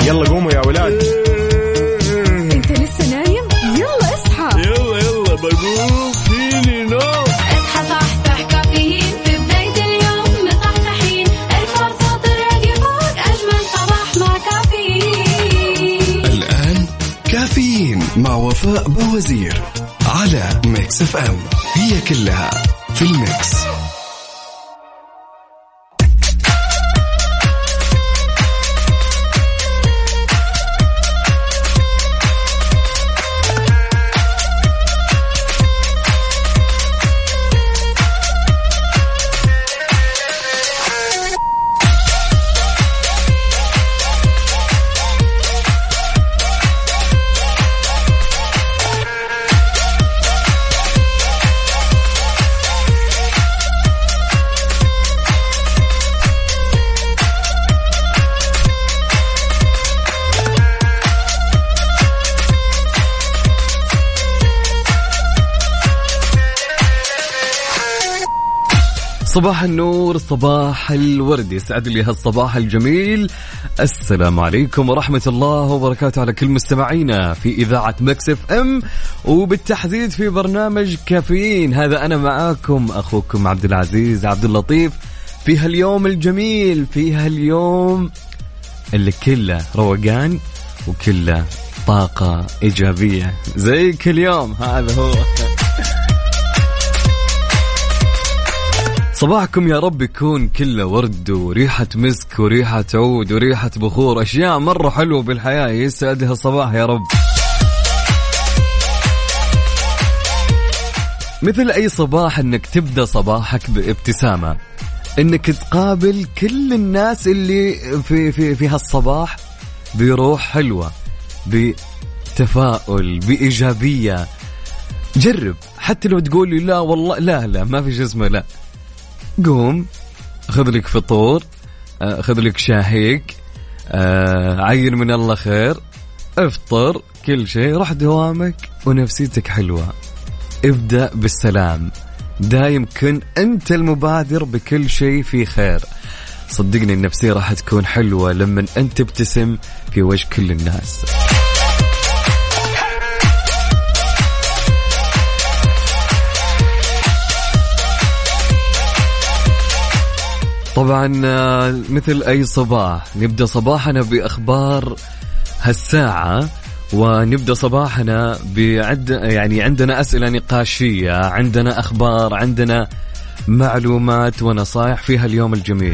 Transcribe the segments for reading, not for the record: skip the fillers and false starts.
يلا قوموا يا ولاد. انت لسه نايم؟ يلا اصحى. يلا بقوم فيني نوم. اصحى صحصح كافيين في بداية اليوم مصحصحين. الفرصة تراك فوق أجمل صباح مع كافيين. الآن كافيين مع وفاء بوزير على ميكس اف ام. هي كلها في الميكس. صباح النور، صباح الورد، يسعد لي هالصباح الجميل. السلام عليكم ورحمة الله وبركاته على كل مستمعينا في إذاعة ميكس اف ام، وبالتحديد في برنامج كافيين. هذا أنا معاكم أخوكم عبد العزيز عبد اللطيف في هاليوم الجميل، في هاليوم اللي كله روقان وكله طاقة إيجابية زي كل يوم. هذا هو صباحكم، يا رب يكون كله ورد وريحة مسك وريحة عود وريحة بخور، أشياء مرة حلوة بالحياة. يسعدها الصباح يا رب. مثل أي صباح أنك تبدأ صباحك بابتسامة، أنك تقابل كل الناس اللي في هالصباح بروح حلوة، بتفاؤل، بإيجابية. جرب حتى لو تقول لي لا والله لا ما في اسمه لا، قوم خذ لك فطور، خذ لك شاهيك، عين من الله خير، افطر كل شيء، روح دوامك ونفسيتك حلوة. ابدأ بالسلام، دايم كن أنت المبادر بكل شيء في خير. صدقني النفسية راح تكون حلوة لما أنت تبتسم في وجه كل الناس. طبعا مثل أي صباح نبدأ صباحنا بأخبار هالساعة، ونبدأ صباحنا يعني عندنا أسئلة نقاشية، عندنا أخبار، عندنا معلومات ونصائح فيها اليوم الجميل.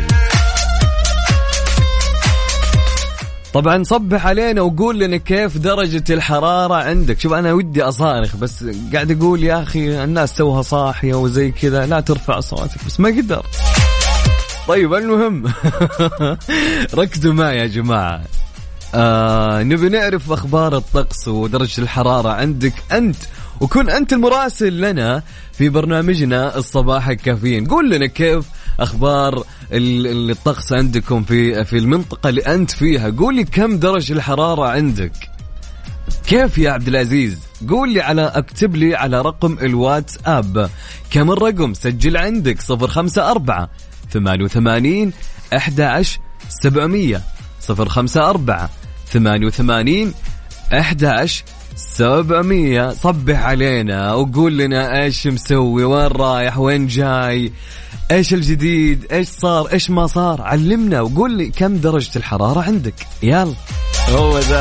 طبعا صبح علينا وقول لنا كيف درجة الحرارة عندك. شوف أنا ودي أصارخ بس قاعد أقول يا أخي الناس توها صاحية وزي كذا، لا ترفع صوتك، بس ما قدر. طيب المهم ركزوا معي يا جماعة. نبي نعرف أخبار الطقس ودرجة الحرارة عندك أنت، وكن أنت المراسل لنا في برنامجنا الصباح الكافيين. قول لنا كيف أخبار الطقس عندكم في المنطقة اللي أنت فيها. قول لي كم درجة الحرارة عندك، كيف يا عبد العزيز؟ قول لي اكتب لي على رقم الواتساب. كم الرقم؟ سجل عندك 054 88 11 700 054 88 11 700. صبح علينا وقول لنا ايش مسوي، وين رايح، وين جاي، ايش الجديد، ايش صار، ايش ما صار. علمنا وقول لي كم درجة الحرارة عندك. يلا هو ذا.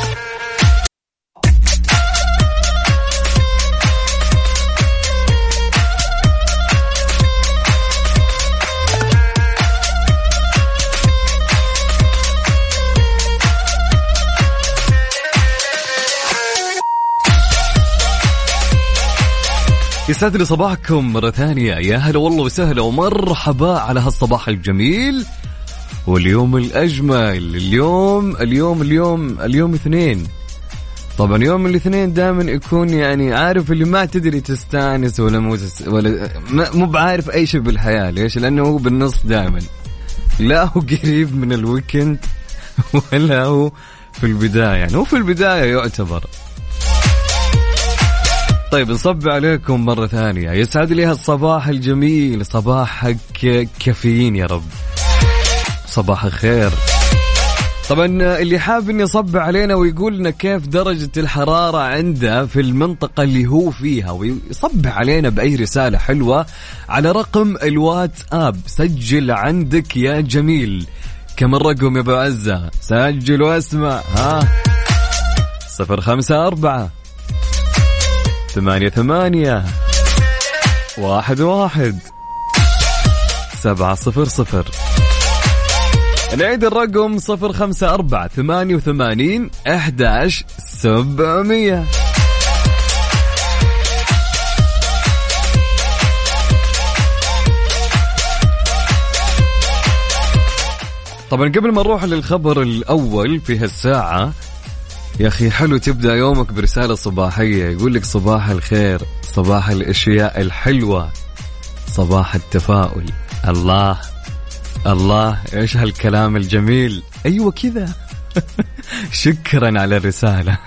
يسعد لي صباحكم مرة ثانية، يا هلا والله وسهلا ومرحبا على هالصباح الجميل واليوم الأجمل. اليوم اثنين. طبعا يوم الاثنين دائما يكون يعني عارف اللي ما تدري تستانس ولا مو بعارف أي شيء بالحياة. ليش؟ لأنه هو بالنص دائما، لا هو قريب من الويكند ولا هو في البداية. يعني هو في البداية يعتبر. طيب نصب عليكم مرة ثانية، يسعد لي هالصباح الجميل، صباحك كافيين يا رب، صباح الخير. طبعا اللي حاب اني يصب علينا ويقول لنا كيف درجة الحرارة عنده في المنطقة اللي هو فيها ويصب علينا بأي رسالة حلوة على رقم الواتساب. سجل عندك يا جميل. كم الرقم يا ابو عزة؟ سجل واسمع. 054 88 11 700. نعيد الرقم 054 88 11 700. طبعا قبل ما نروح للخبر الأول في هالساعة، يا أخي حلو تبدأ يومك برسالة صباحية يقول لك صباح الخير، صباح الأشياء الحلوة، صباح التفاؤل. الله الله، إيش هالكلام الجميل. أيوة كذا. شكرا على الرسالة.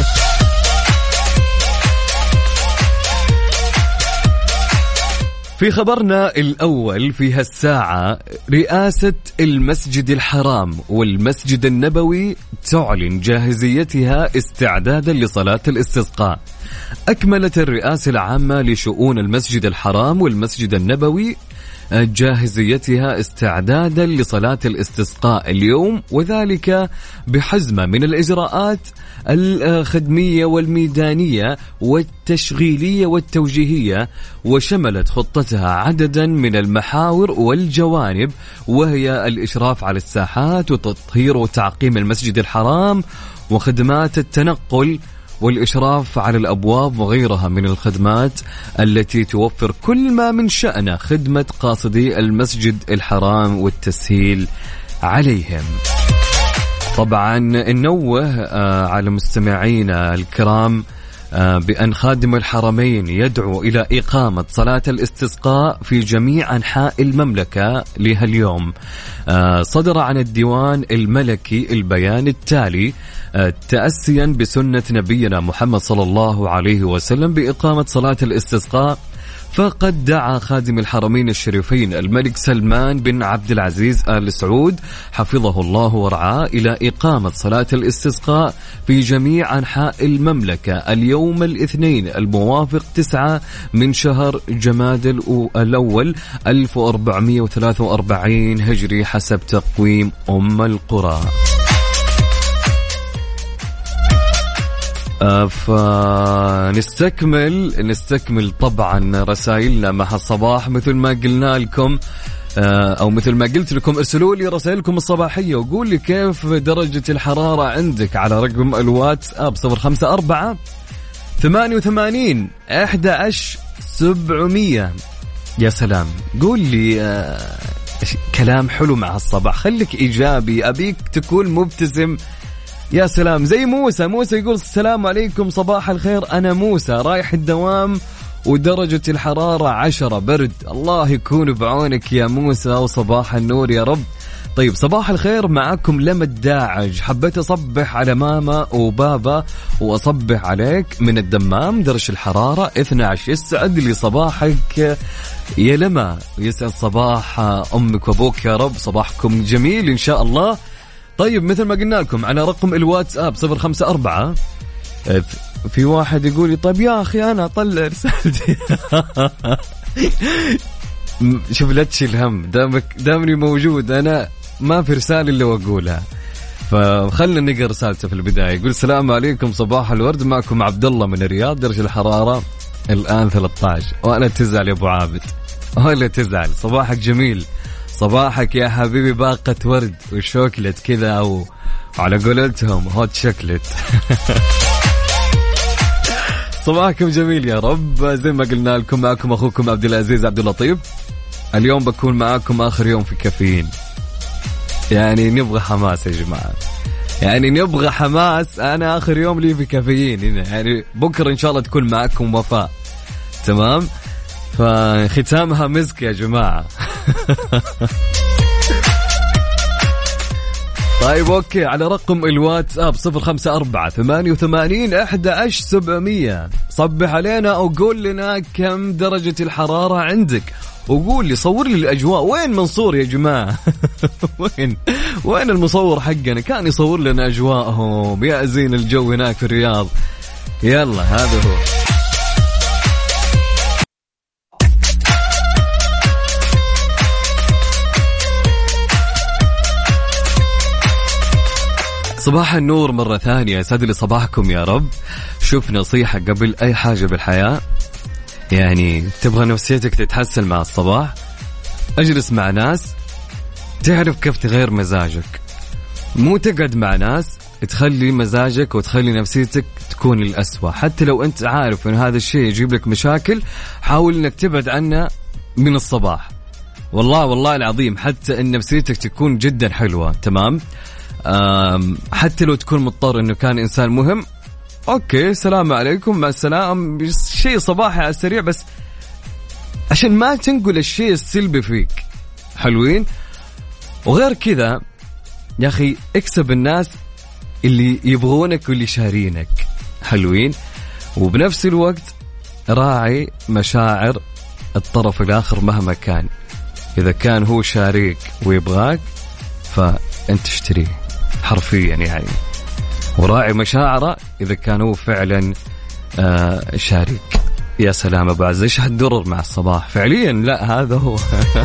في خبرنا الأول في هالساعة، رئاسة المسجد الحرام والمسجد النبوي تعلن جاهزيتها استعدادا لصلاة الاستسقاء. أكملت الرئاسة العامة لشؤون المسجد الحرام والمسجد النبوي جاهزيتها استعدادا لصلاة الاستسقاء اليوم، وذلك بحزمة من الإجراءات الخدمية والميدانية والتشغيلية والتوجيهية، وشملت خطتها عددا من المحاور والجوانب، وهي الإشراف على الساحات وتطهير وتعقيم المسجد الحرام وخدمات التنقل والإشراف على الأبواب وغيرها من الخدمات التي توفر كل ما من شأنه خدمة قاصدي المسجد الحرام والتسهيل عليهم. طبعا ننوه على مستمعينا الكرام بأن خادم الحرمين يدعو إلى إقامة صلاة الاستسقاء في جميع أنحاء المملكة لها اليوم. صدر عن الديوان الملكي البيان التالي: تأسيا بسنة نبينا محمد صلى الله عليه وسلم بإقامة صلاة الاستسقاء، فقد دعا خادم الحرمين الشريفين الملك سلمان بن عبد العزيز آل سعود حفظه الله ورعاه إلى إقامة صلاة الاستسقاء في جميع أنحاء المملكة اليوم الاثنين الموافق 9 من شهر جماد الأول 1443 هجري حسب تقويم القرى. فنستكمل طبعا رسائلنا مع الصباح. مثل ما قلنا لكم أو مثل ما قلت لكم، ارسلوا لي رسائلكم الصباحية وقول لي كيف درجة الحرارة عندك على رقم الواتساب 054 88 11 700. يا سلام، قول لي كلام حلو مع الصباح، خليك إيجابي، أبيك تكون مبتسم. يا سلام، زي موسى يقول السلام عليكم صباح الخير، أنا موسى رايح الدوام ودرجة الحرارة 10 برد. الله يكون بعونك يا موسى وصباح النور يا رب. طيب صباح الخير، معكم لم الداعج، حبيت أصبح على ماما وبابا وأصبح عليك من الدمام، درجة الحرارة 12. يسعد لي صباحك يا لما، يسعد صباح أمك وأبوك يا رب، صباحكم جميل إن شاء الله. طيب مثل ما قلنا لكم على رقم الواتساب 054 في واحد يقول لي طيب يا أخي أنا أطلع رسالتي. شوف لا تشيل هم، دامني موجود أنا ما في رسالة اللي أقولها، فخلنا نقرأ رسالته في البداية. يقول السلام عليكم صباح الورد، معكم عبد الله من الرياض، درجة الحرارة الآن 13. وأنا تزعل يا أبو عابد، ولا تزعل، صباحك جميل، صباحك يا حبيبي باقة ورد وشوكلت كذا، أو على قولتهم هوت شوكلت. صباحكم جميل يا رب. زي ما قلنا لكم، معكم أخوكم عبد العزيز عبد اللطيف. اليوم بكون معكم آخر يوم في كافيين، يعني نبغى حماس يا جماعة، يعني نبغى حماس. أنا آخر يوم لي في كافيين هنا، يعني بكرة إن شاء الله تكون معكم وفاء، تمام؟ فختامها مسك يا جماعة. طيب اوكي، على رقم الواتساب 054 88 11 700 صبح علينا وقول لنا كم درجة الحرارة عندك، وقول لي صور لي الأجواء. وين منصور يا جماعة؟ وين المصور حقنا؟ كان يصور لنا أجواءهم يا زين الجو هناك في الرياض. يلا هذا هو. صباح النور مرة ثانية، سعد لي صباحكم يا رب. شوف نصيحة قبل أي حاجة بالحياة، يعني تبغى نفسيتك تتحسن مع الصباح، اجلس مع ناس تعرف كيف تغير مزاجك. مو تقعد مع ناس تخلي مزاجك وتخلي نفسيتك تكون الأسوأ. حتى لو أنت عارف أن هذا الشيء يجيب لك مشاكل، حاول أنك تبعد عنه من الصباح. والله العظيم حتى أن نفسيتك تكون جدا حلوة. تمام. حتى لو تكون مضطر أنه كان إنسان مهم، أوكي السلام عليكم مع السلام، شيء صباحي على السريع، بس عشان ما تنقل الشيء السلبي فيك. حلوين. وغير كذا يا أخي اكسب الناس اللي يبغونك واللي شارينك. حلوين. وبنفس الوقت راعي مشاعر الطرف الآخر مهما كان. إذا كان هو شاريك ويبغاك فأنت تشتريه حرفيا يعني، وراعي مشاعره إذا كان هو فعلا شاريك. يا سلام أبو عز، إيش هالدرر مع الصباح فعليا. لا هذا هو.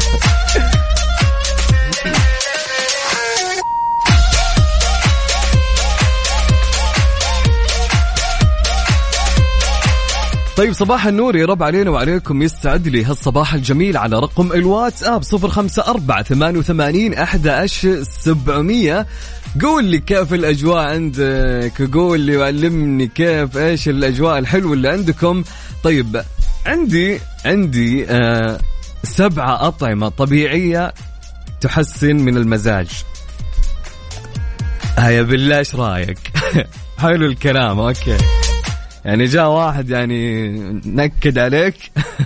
طيب صباح النور يا رب علينا وعليكم، يستعد لي هالصباح الجميل على رقم الواتساب 0548811700. قول لي كيف الأجواء عندك، قول لي وعلمني كيف إيش الأجواء الحلوة اللي عندكم. طيب عندي 7 أطعمة طبيعية تحسن من المزاج. هيا بالله إيش رأيك؟ حلو الكلام. أوكي يعني جاء واحد يعني نكد عليك.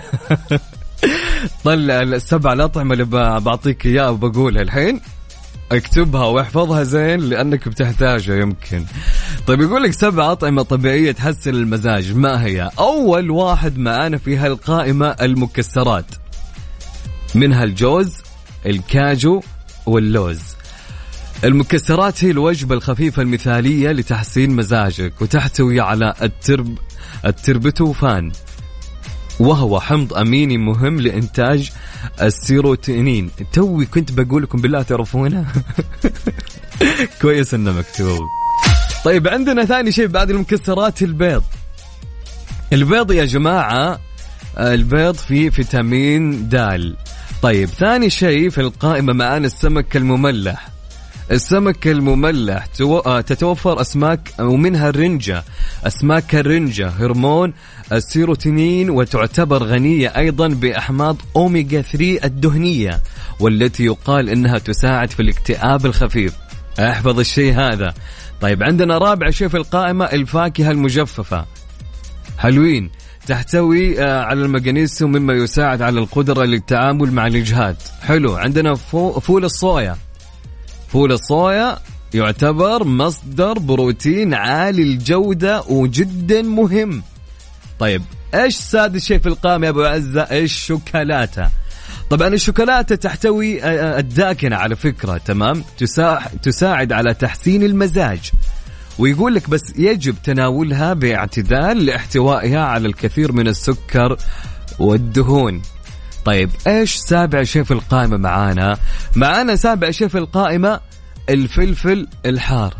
طلع 7 الأطعمة اللي بعطيك إياه وبقولها الحين، اكتبها واحفظها زين لأنك بتحتاجها يمكن. طيب يقول لك 7 أطعمة طبيعية تحسن المزاج. ما هي؟ أول واحد معانا في هالقائمة المكسرات، منها الجوز، الكاجو واللوز. المكسرات هي الوجبة الخفيفة المثالية لتحسين مزاجك، وتحتوي على التربتوفان، وهو حمض أميني مهم لإنتاج السيروتونين. توي كنت بقول لكم بالله تعرفونه. كويس إنه مكتوب. طيب عندنا ثاني شيء بعد المكسرات، البيض يا جماعة، البيض فيه فيتامين د. طيب ثاني شيء في القائمة معانا السمك المملح. السمك المملح تتوفر أسماك ومنها الرنجة. أسماك الرنجة هرمون السيروتونين، وتعتبر غنية أيضا بأحماض أوميغا 3 الدهنية، والتي يقال أنها تساعد في الاكتئاب الخفيف. احفظ الشيء هذا. طيب عندنا رابع شيء في القائمة الفاكهة المجففة. حلوين. تحتوي على المغنيسيوم مما يساعد على القدرة للتعامل مع الإجهاد. حلو. عندنا فول الصويا. فول الصويا يعتبر مصدر بروتين عالي الجودة وجدا مهم. طيب ايش سادس شيء في القائمة يا ابو عزة؟ الشوكولاتة. طبعا الشوكولاتة تحتوي الداكنة على فكرة. تمام. تساعد على تحسين المزاج، ويقول لك بس يجب تناولها باعتدال لاحتوائها على الكثير من السكر والدهون. طيب ايش سابع شيء في القائمة معانا سابع شيء في القائمة الفلفل الحار.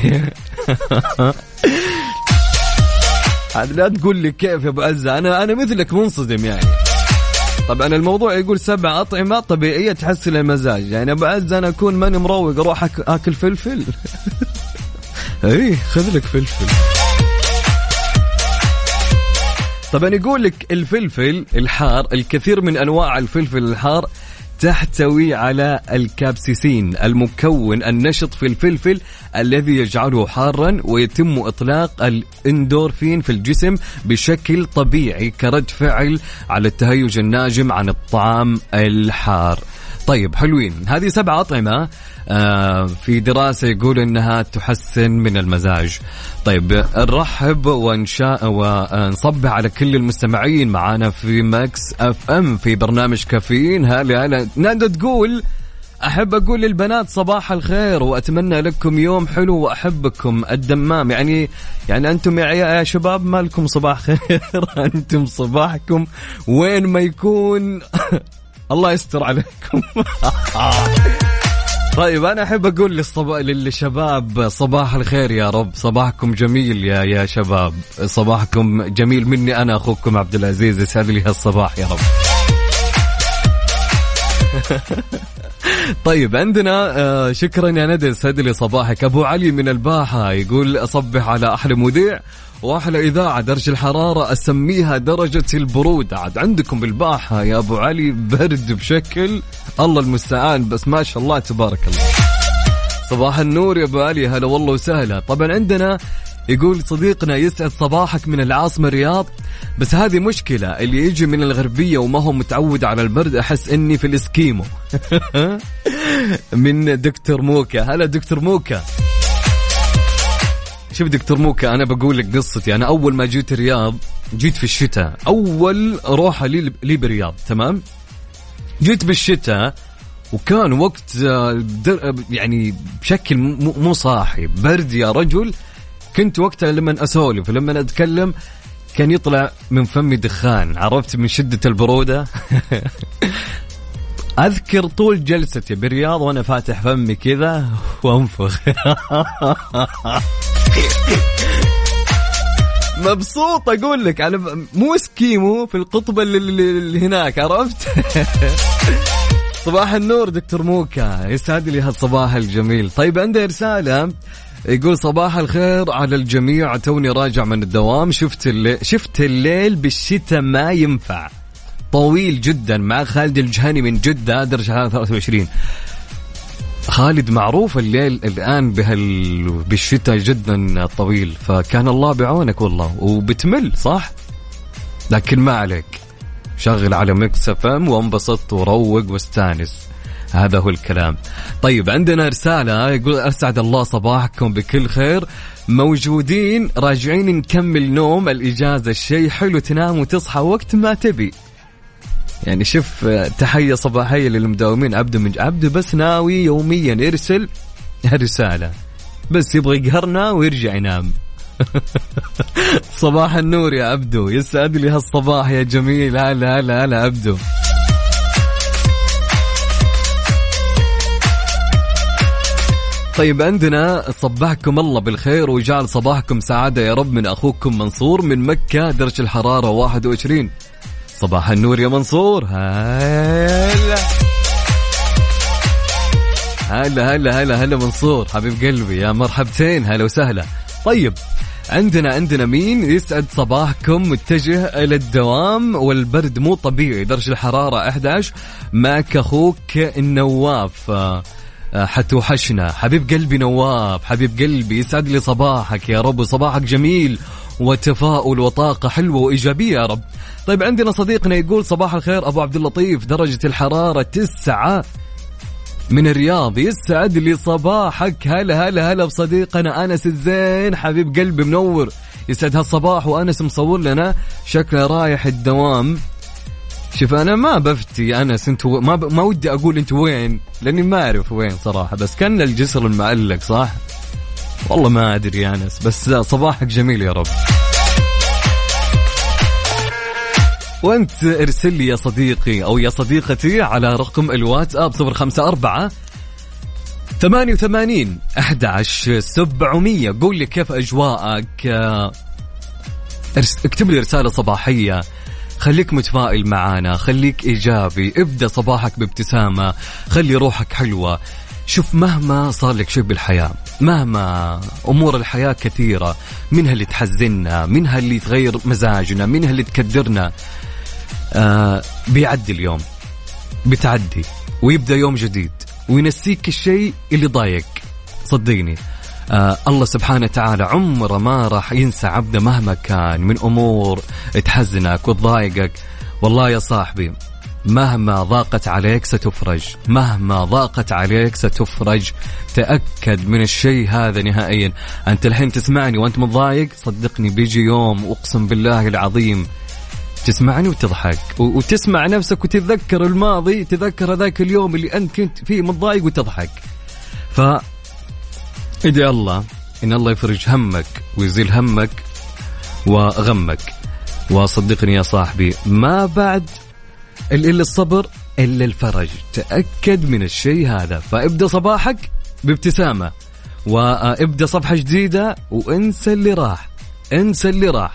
لا تقول لي كيف يا ابو عزة، انا مثلك منصدم يعني. طبعا الموضوع يقول 7 أطعمة طبيعية تحسن المزاج، يعني ابو عزة انا اكون ماني مروق اروح اكل فلفل. اي خذ لك فلفل. طبعا يقول لك الفلفل الحار، الكثير من أنواع الفلفل الحار تحتوي على الكابسيسين، المكون النشط في الفلفل الذي يجعله حارا، ويتم إطلاق الإندورفين في الجسم بشكل طبيعي كرد فعل على التهيج الناجم عن الطعام الحار. طيب حلوين. هذه 7 أطعمة في دراسة يقول إنها تحسن من المزاج. طيب نرحب ونصبح على كل المستمعين معنا في ماكس اف ام في برنامج كافيين. هلا نادو تقول أحب أقول للبنات صباح الخير وأتمنى لكم يوم حلو وأحبكم الدمام. يعني أنتم يا شباب ما لكم صباح خير أنتم صباحكم وين ما يكون الله يستر عليكم. طيب أنا أحب أقول للشباب صباح الخير يا رب. صباحكم جميل يا شباب. صباحكم جميل مني أنا أخوكم عبد العزيز. يسعد لي هالصباح يا رب. طيب عندنا شكرا يا ندى يسعد لي صباحك. أبو علي من الباحة يقول أصبح على أحلى مذيع وأحلى إذاعة. درجة الحرارة أسميها درجة البرودة. عاد عندكم بالباحة يا أبو علي برد بشكل الله المستعان، بس ما شاء الله تبارك الله. صباح النور يا أبو علي، هلا والله وسهلا. طبعا عندنا يقول صديقنا يسعد صباحك من العاصمة الرياض، بس هذه مشكلة اللي يجي من الغربية وما هو متعود على البرد أحس إني في الإسكيمو. من دكتور موكا. هلا دكتور موكا. شوف دكتور موكا أنا بقول لك قصتي. أنا أول ما جيت الرياض جيت في الشتاء، أول روحة لي بالرياض تمام. جيت بالشتاء وكان وقت يعني بشكل مو صاحي، برد يا رجل. كنت وقتها لما أسولف لما أتكلم كان يطلع من فمي دخان، عرفت من شدة البرودة. أذكر طول جلستي بالرياض وأنا فاتح فمي كذا وأنفخ. مبسوط أقول لك، على مو اسكيمو في القطب اللي هناك، عرفت. صباح النور دكتور موكا، يسعد لي هالصباح الجميل. طيب عنده رسالة يقول صباح الخير على الجميع، توني راجع من الدوام شفت الليل بالشتاء ما ينفع، طويل جدا. مع خالد الجهني من جدة درجة 23. خالد معروف الليل الآن بالشتاء جدا طويل، فكان الله بعونك والله. وبتمل صح، لكن ما عليك، شغل على ميكس اف ام وانبسط وروق واستانس، هذا هو الكلام. طيب عندنا رسالة يقول أسعد الله صباحكم بكل خير، موجودين راجعين نكمل نوم الإجازة، الشيء حلو تنام وتصحى وقت ما تبي. يعني شوف، تحية صباحية للمداومين. عبده بس ناوي يوميا يرسل هالرسالة، بس يبغى يقهرنا ويرجع ينام. صباح النور يا عبدو، يسعد لي هالصباح يا جميل. هلا عبدو. طيب عندنا صبحكم الله بالخير وجعل صباحكم سعادة يا رب، من أخوكم منصور من مكة، درجة الحرارة 21. صباح النور يا منصور. هلا منصور حبيب قلبي، يا مرحبتين، هلا وسهلا. طيب عندنا مين يسعد صباحكم، متجه إلى الدوام والبرد مو طبيعي، درجة الحرارة 11. معك أخوك النواف، حتوحشنا حبيب قلبي نواف، حبيب قلبي يسعد لي صباحك يا رب، وصباحك جميل وتفاؤل وطاقة حلوة وإيجابية يا رب. طيب عندنا صديقنا يقول صباح الخير أبو عبد اللطيف، درجة الحرارة 9 من الرياض، يسعد لي صباحك. هلا بصديقنا أنس الزين، حبيب قلبي منور، يسعد هالصباح. وأنس مصور لنا شكله رايح الدوام. شوف أنا ما بفتي أنس أنتوا ما ودي أقول أنتوا وين، لأني ما أعرف وين صراحة، بس كان الجسر المعلق صح؟ والله ما أدري يا أنس، بس صباحك جميل يا رب. وأنت ارسل لي يا صديقي أو يا صديقتي على رقم الواتساب 054 88 11 700. قول لي كيف أجواءك، اكتب لي رسالة صباحية، خليك متفائل معانا، خليك إيجابي، ابدأ صباحك بابتسامة، خلي روحك حلوة. شوف مهما صار لك شيء بالحياة، مهما أمور الحياة كثيرة، منها اللي تحزننا، منها اللي تغير مزاجنا، منها اللي تكدرنا، بيعدي اليوم، بتعدي ويبدأ يوم جديد وينسيك الشيء اللي ضايق. صدقني الله سبحانه وتعالى عمره ما راح ينسى عبده مهما كان من أمور تحزنك وتضايقك. والله يا صاحبي مهما ضاقت عليك ستفرج، مهما ضاقت عليك ستفرج. تأكد من الشيء هذا نهائيا. أنت الحين تسمعني وأنت متضايق، صدقني بيجي يوم أقسم بالله العظيم تسمعني وتضحك وتسمع نفسك وتتذكر الماضي، تذكر ذاك اليوم اللي أنت كنت فيه متضايق وتضحك. فإدعي الله إن الله يفرج همك ويزيل همك وغمك. وصدقني يا صاحبي ما بعد إلا الصبر إلا الفرج. تأكد من الشيء هذا. فابدأ صباحك بابتسامة وابدأ صفحة جديدة وانسى اللي راح، انسى اللي راح.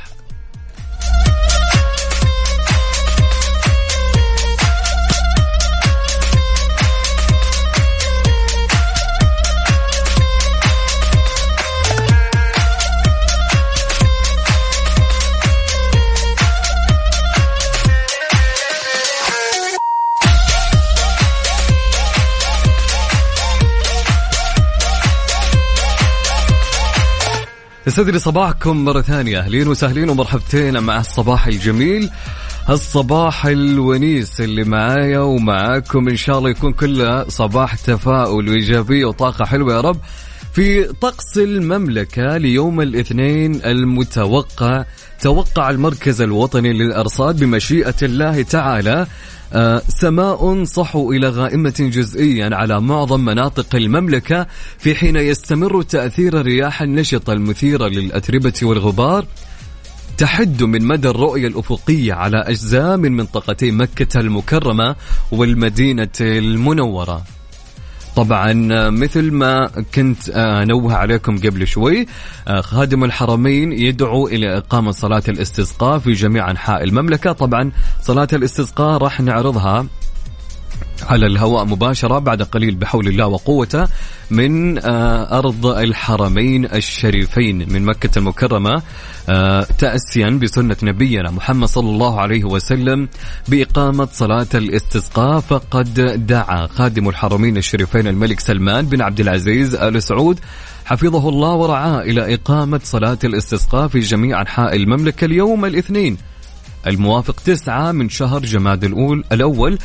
يسعد لي صباحكم مرة ثانية. أهلين وسهلين ومرحبتين مع الصباح الجميل، الصباح الونيس اللي معايا ومعاكم. إن شاء الله يكون كله صباح تفاؤل وإيجابية وطاقة حلوة يا رب. في طقس المملكة ليوم الاثنين المتوقع، توقع المركز الوطني للأرصاد بمشيئة الله تعالى سماء صحو إلى غائمة جزئيا على معظم مناطق المملكة، في حين يستمر تأثير الرياح النشطة المثيرة للأتربة والغبار تحد من مدى الرؤية الأفقية على أجزاء من منطقتي مكة المكرمة والمدينة المنورة. طبعا مثل ما كنت أنوه عليكم قبل شوي، خادم الحرمين يدعو إلى إقامة صلاة الاستسقاء في جميع أنحاء المملكة. طبعا صلاة الاستسقاء راح نعرضها على الهواء مباشرة بعد قليل بحول الله وقوته من أرض الحرمين الشريفين من مكة المكرمة، تأسيا بسنة نبينا محمد صلى الله عليه وسلم بإقامة صلاة الاستسقاء. فقد دعا خادم الحرمين الشريفين الملك سلمان بن عبد العزيز آل سعود حفظه الله ورعاه إلى إقامة صلاة الاستسقاء في جميع أنحاء المملكة اليوم الاثنين الموافق 9 من شهر جماد الأول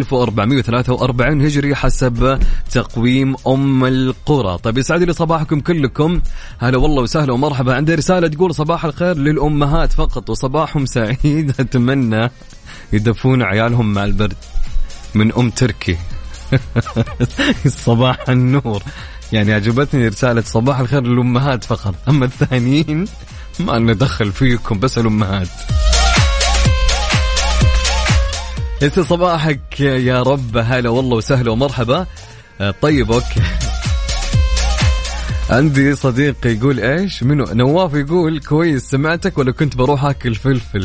1443 هجري حسب تقويم أم القرى. طيب يسعد لي صباحكم كلكم، هلا والله وسهلا ومرحبا. عندي رسالة تقول صباح الخير للأمهات فقط وصباحهم سعيد، أتمنى يدفون عيالهم مع البرد، من أم تركي. صباح النور. يعني عجبتني رسالة صباح الخير للأمهات فقط، أما الثانيين ما ندخل فيكم، بس الأمهات. يسعد صباحك يا رب، هلا والله وسهلا ومرحبا. طيب اوكي. عندي صديق يقول ايش منو، نواف يقول كويس سمعتك ولا كنت بروح اكل فلفل.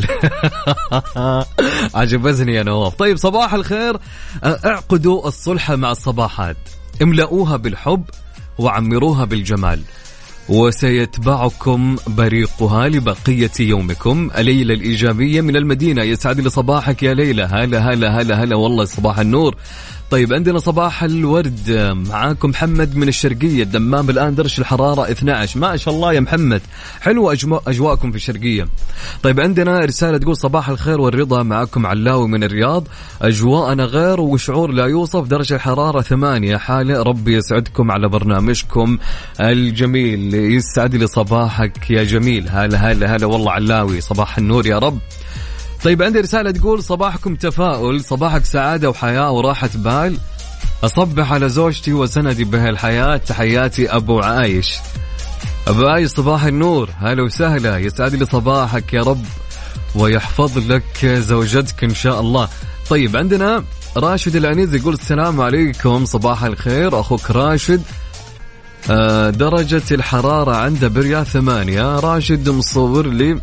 عجبتني يا نواف. طيب صباح الخير. اعقدوا الصلحة مع الصباحات، املؤوها بالحب وعمروها بالجمال، وسيتبعكم بريقها لبقية يومكم. الليلة الإيجابية من المدينة، يسعد لي صباحك يا ليلى. هلا هلا هلا هلا والله صباح النور. طيب عندنا صباح الورد، معاكم محمد من الشرقية الدمام، الآن درجة الحرارة 12. ما شاء الله يا محمد، حلوة أجواءكم في الشرقية. طيب عندنا رسالة تقول صباح الخير والرضا، معاكم علاوي من الرياض، أجواءنا غير وشعور لا يوصف، درجة الحرارة 8 حالة. ربي يسعدكم على برنامجكم الجميل. يسعد لي صباحك يا جميل. هلا هلا هلا والله علاوي، صباح النور يا رب. طيب عندي رسالة تقول صباحكم تفاؤل، صباحك سعادة وحياة وراحة بال، أصبح على زوجتي وسندي بهالحياة، تحياتي أبو عايش. أبو عايش صباح النور، هلا وسهلا، يسعد لي صباحك يا رب ويحفظ لك زوجتك إن شاء الله. طيب عندنا راشد العنيز يقول السلام عليكم، صباح الخير أخوك راشد. درجة الحرارة عنده برياض 8. راشد مصور لي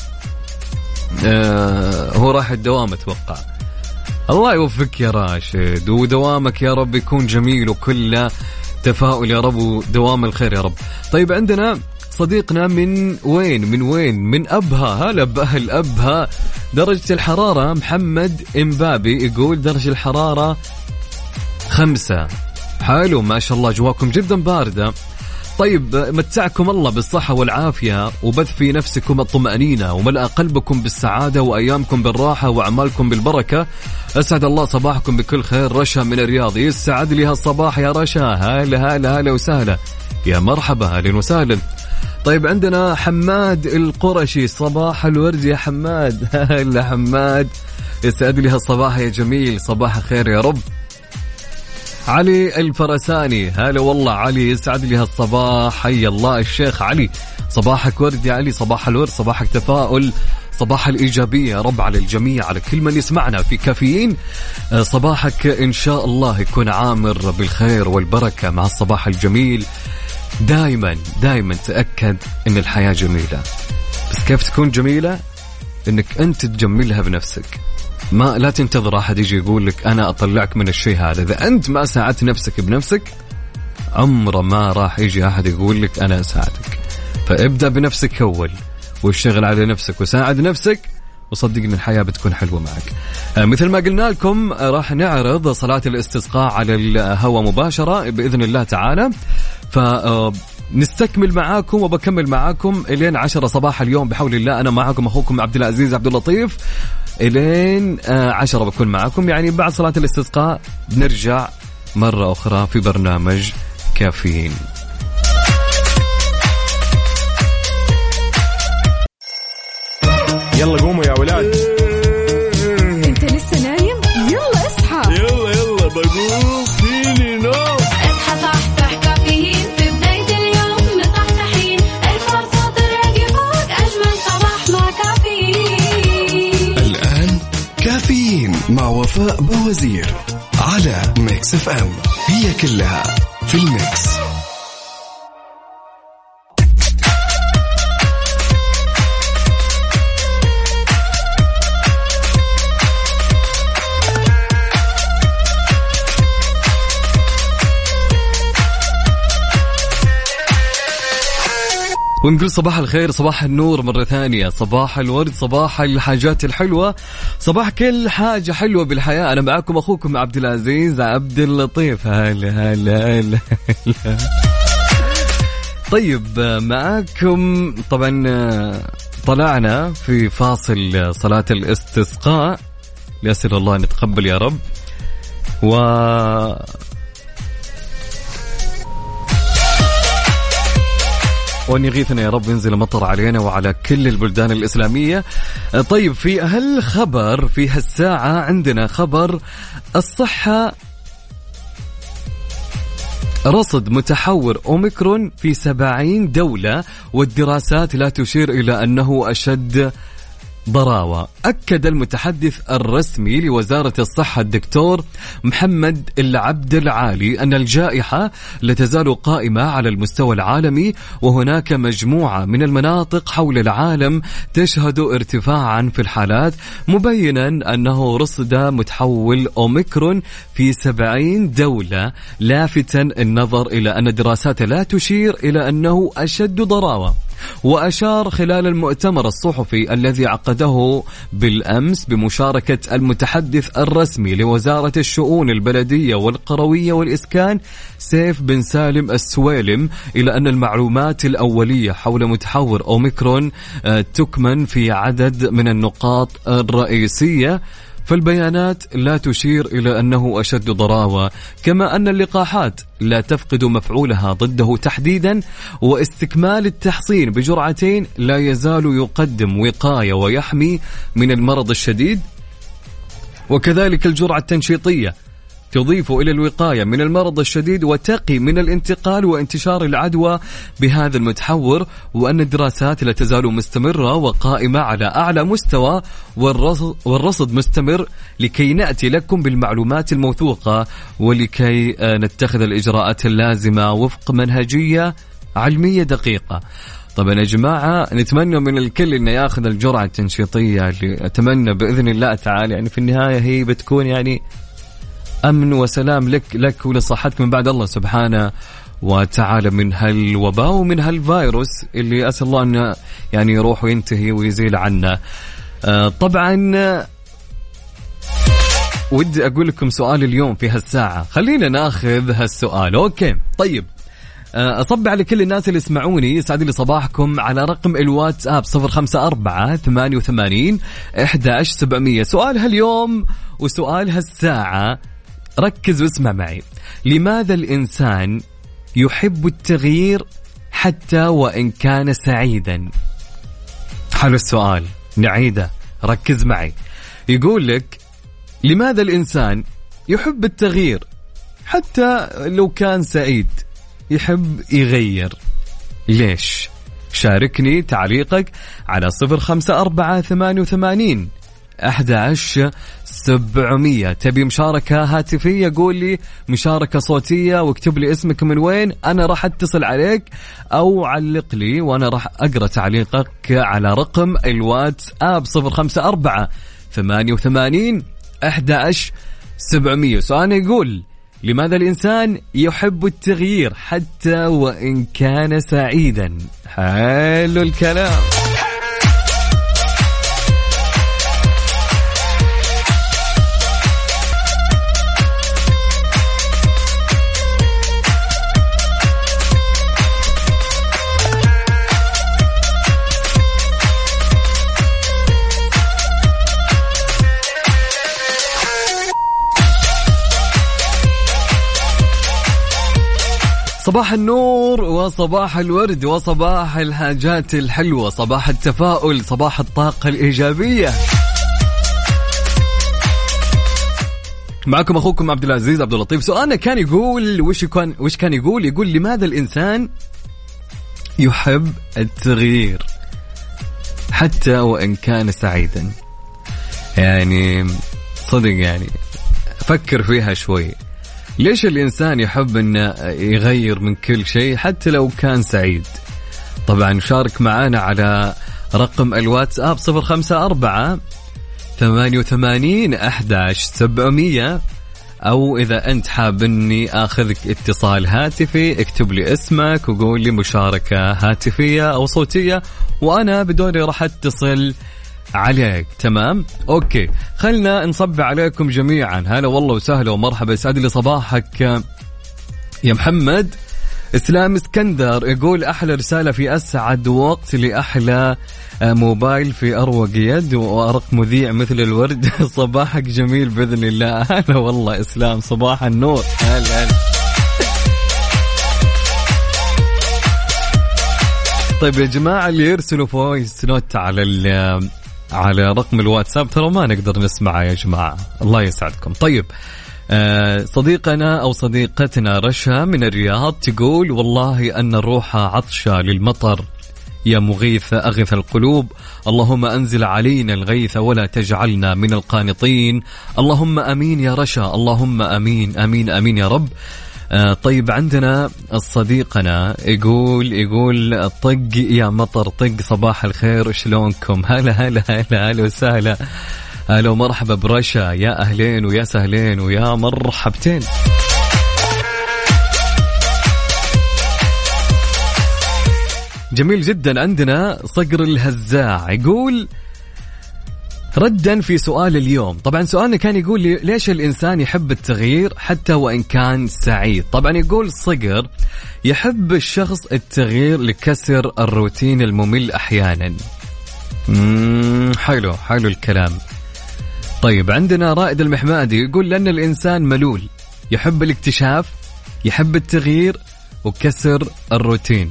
هو راح الدوام اتوقع. الله يوفقك يا راشد، ودوامك يا رب يكون جميل وكله تفاؤل يا رب، ودوام الخير يا رب. طيب عندنا صديقنا من وين من أبها، هلا بأهل أبها. درجة الحرارة محمد إمبابي يقول درجة الحرارة 5. حلو ما شاء الله، أجواكم جدا باردة. طيب متعكم الله بالصحة والعافية وبث في نفسكم الطمأنينة وملأ قلبكم بالسعادة وأيامكم بالراحة وأعمالكم بالبركة. أسعد الله صباحكم بكل خير. رشا من الرياض يسعد لي هالصباح يا رشا. هلا هلا هلا وسهلا يا مرحبا هلا وسهلا. طيب عندنا حماد القرشي صباح الورد يا حماد. هلا حماد يسعد لي هالصباح يا جميل صباح خير يا رب. علي الفرساني هلا والله علي يسعد لي هالصباح حي الله الشيخ علي صباحك ورد يا علي صباح الورد صباحك تفاؤل صباح الإيجابية يا رب على الجميع على كل من يسمعنا في كافيين. صباحك إن شاء الله يكون عامر بالخير والبركة مع الصباح الجميل. دائما دائما تأكد إن الحياة جميلة بس كيف تكون جميلة إنك أنت تجملها بنفسك. ما لا تنتظر أحد يجي يقول لك أنا أطلعك من الشيء هذا. إذا أنت ما ساعدت نفسك بنفسك عمره ما راح يجي أحد يقول لك أنا أساعدك. فابدأ بنفسك أول واشتغل على نفسك وساعد نفسك وصدقني الحياة بتكون حلوة معك. مثل ما قلنا لكم راح نعرض صلاة الاستسقاء على الهواء مباشرة بإذن الله تعالى. نستكمل معاكم وبكمل معاكم إلين 10 صباح اليوم بحول الله. أنا معاكم أخوكم عبد العزيز عبد اللطيف إلين 10 بكون معاكم. يعني بعد صلاة الاستسقاء بنرجع مرة أخرى في برنامج كافيين. يلا قوموا يا ولاد. انت لسه نايم؟ يلا اصحى. يلا بقوم فيني نوم. اصحى صحصح كافيين في بداية اليوم مصحصحين الفرصة تراك فوق أجمل صباح مع كافيين. الآن كافيين مع وفاء بوزير على ميكس اف ام. هي كلها في الميكس. ونقول صباح الخير صباح النور مرة ثانية صباح الورد صباح الحاجات الحلوة صباح كل حاجة حلوة بالحياة. أنا معاكم أخوكم عبد العزيز عبد اللطيف. هلا هلا هلا. طيب معاكم طبعا طلعنا في فاصل صلاة الاستسقاء. لأسأل الله أن يتقبل يا رب. وأن يغيثنا يا رب ينزل مطر علينا وعلى كل البلدان الإسلامية. طيب في هالخبر في هالساعة عندنا خبر الصحة. رصد متحور أوميكرون في 70 دولة والدراسات لا تشير إلى أنه أشد ضراوة. أكد المتحدث الرسمي لوزارة الصحة الدكتور محمد العبد العالي أن الجائحة لا تزال قائمة على المستوى العالمي وهناك مجموعة من المناطق حول العالم تشهد ارتفاعا في الحالات مبينا أنه رصد متحول أوميكرون في 70 دولة لافتا النظر إلى أن الدراسات لا تشير إلى أنه أشد ضراوة. وأشار خلال المؤتمر الصحفي الذي عقده بالأمس بمشاركة المتحدث الرسمي لوزارة الشؤون البلدية والقروية والإسكان سيف بن سالم السويلم إلى أن المعلومات الأولية حول متحور أوميكرون تكمن في عدد من النقاط الرئيسية. فالبيانات لا تشير إلى أنه أشد ضراوة كما أن اللقاحات لا تفقد مفعولها ضده تحديدا واستكمال التحصين بجرعتين لا يزال يقدم وقاية ويحمي من المرض الشديد. وكذلك الجرعة التنشيطية تضيف إلى الوقاية من المرض الشديد وتقي من الانتقال وانتشار العدوى بهذا المتحور. وأن الدراسات لا تزال مستمرة وقائمة على أعلى مستوى والرصد مستمر لكي نأتي لكم بالمعلومات الموثوقة ولكي نتخذ الإجراءات اللازمة وفق منهجية علمية دقيقة. طبعا يا جماعة نتمنى من الكل إنه يأخذ الجرعة التنشيطية اللي أتمنى بإذن الله تعالى يعني في النهاية هي بتكون يعني أمن وسلام لك ولصحتك من بعد الله سبحانه وتعالى من هالوباء ومن هالفيروس اللي أسأل الله أنه يعني يروح وينتهي ويزيل عنا. طبعا ودي أقول لكم سؤال اليوم في هالساعة. خلينا ناخذ هالسؤال. أوكي طيب أصب على كل الناس اللي يسمعوني، يسعد لي صباحكم على رقم الواتساب 0548811700. سؤال هاليوم وسؤال هالساعة، ركز واسمع معي. لماذا الإنسان يحب التغيير حتى وإن كان سعيدا؟ حلو السؤال، نعيده، ركز معي. يقول لك لماذا الإنسان يحب التغيير حتى لو كان سعيد، يحب يغير، ليش؟ شاركني تعليقك على 0548811700. تبي مشاركة هاتفية قول لي، مشاركة صوتية واكتب لي اسمك من وين، أنا راح أتصل عليك أو علق لي وأنا راح أقرأ تعليقك على رقم الواتساب 0548811700. سؤال يقول لماذا الإنسان يحب التغيير حتى وإن كان سعيدا؟ حلو الكلام. صباح النور وصباح الورد وصباح الحاجات الحلوة، صباح التفاؤل، صباح الطاقة الإيجابية. معكم أخوكم عبد العزيز عبد اللطيف. سؤالنا كان يقول وش كان يقول لماذا الإنسان يحب التغيير حتى وإن كان سعيدا؟ يعني صدق، يعني فكر فيها شوي. ليش الإنسان يحب أنه يغير من كل شيء حتى لو كان سعيد؟ طبعا شارك معنا على رقم الواتساب 0548811700، أو إذا أنت حاب أني أخذك اتصال هاتفي اكتب لي اسمك وقول لي مشاركة هاتفية أو صوتية وأنا بدوري راح أتصل عليك. تمام، اوكي، خلنا نصب عليكم جميعا. هلا والله وسهلا ومرحبا، يسعد لي صباحك يا محمد. اسلام اسكندر يقول احلى رسالة في اسعد وقت لأحلى موبايل في اروق يد وارق مذيع مثل الورد. صباحك جميل باذن الله. هلا والله اسلام، صباح النور. هلا طيب يا جماعة اللي يرسلوا فويس نوت على رقم الواتساب ترى ما نقدر نسمعه يا جماعة، الله يسعدكم. طيب صديقنا أو صديقتنا رشا من الرياض تقول والله أن الروح عطشة للمطر يا مغيث أغث القلوب، اللهم أنزل علينا الغيث ولا تجعلنا من القانطين. اللهم أمين يا رشا، اللهم أمين أمين أمين يا رب. طيب عندنا صديقنا يقول طق يا مطر طق، صباح الخير شلونكم؟ هلا هلا هلا هلا وسهلا، هلا ومرحبا برشا، يا أهلين ويا سهلين ويا مرحبتين. جميل جدا. عندنا صقر الهزاع يقول ردا في سؤال اليوم، طبعا سؤالنا كان يقول ليش الإنسان يحب التغيير حتى وإن كان سعيد. طبعا يقول صقر يحب الشخص التغيير لكسر الروتين الممل أحيانا. حلو الكلام. طيب عندنا رائد المحمادي يقول لأن الإنسان ملول، يحب الاكتشاف، يحب التغيير وكسر الروتين.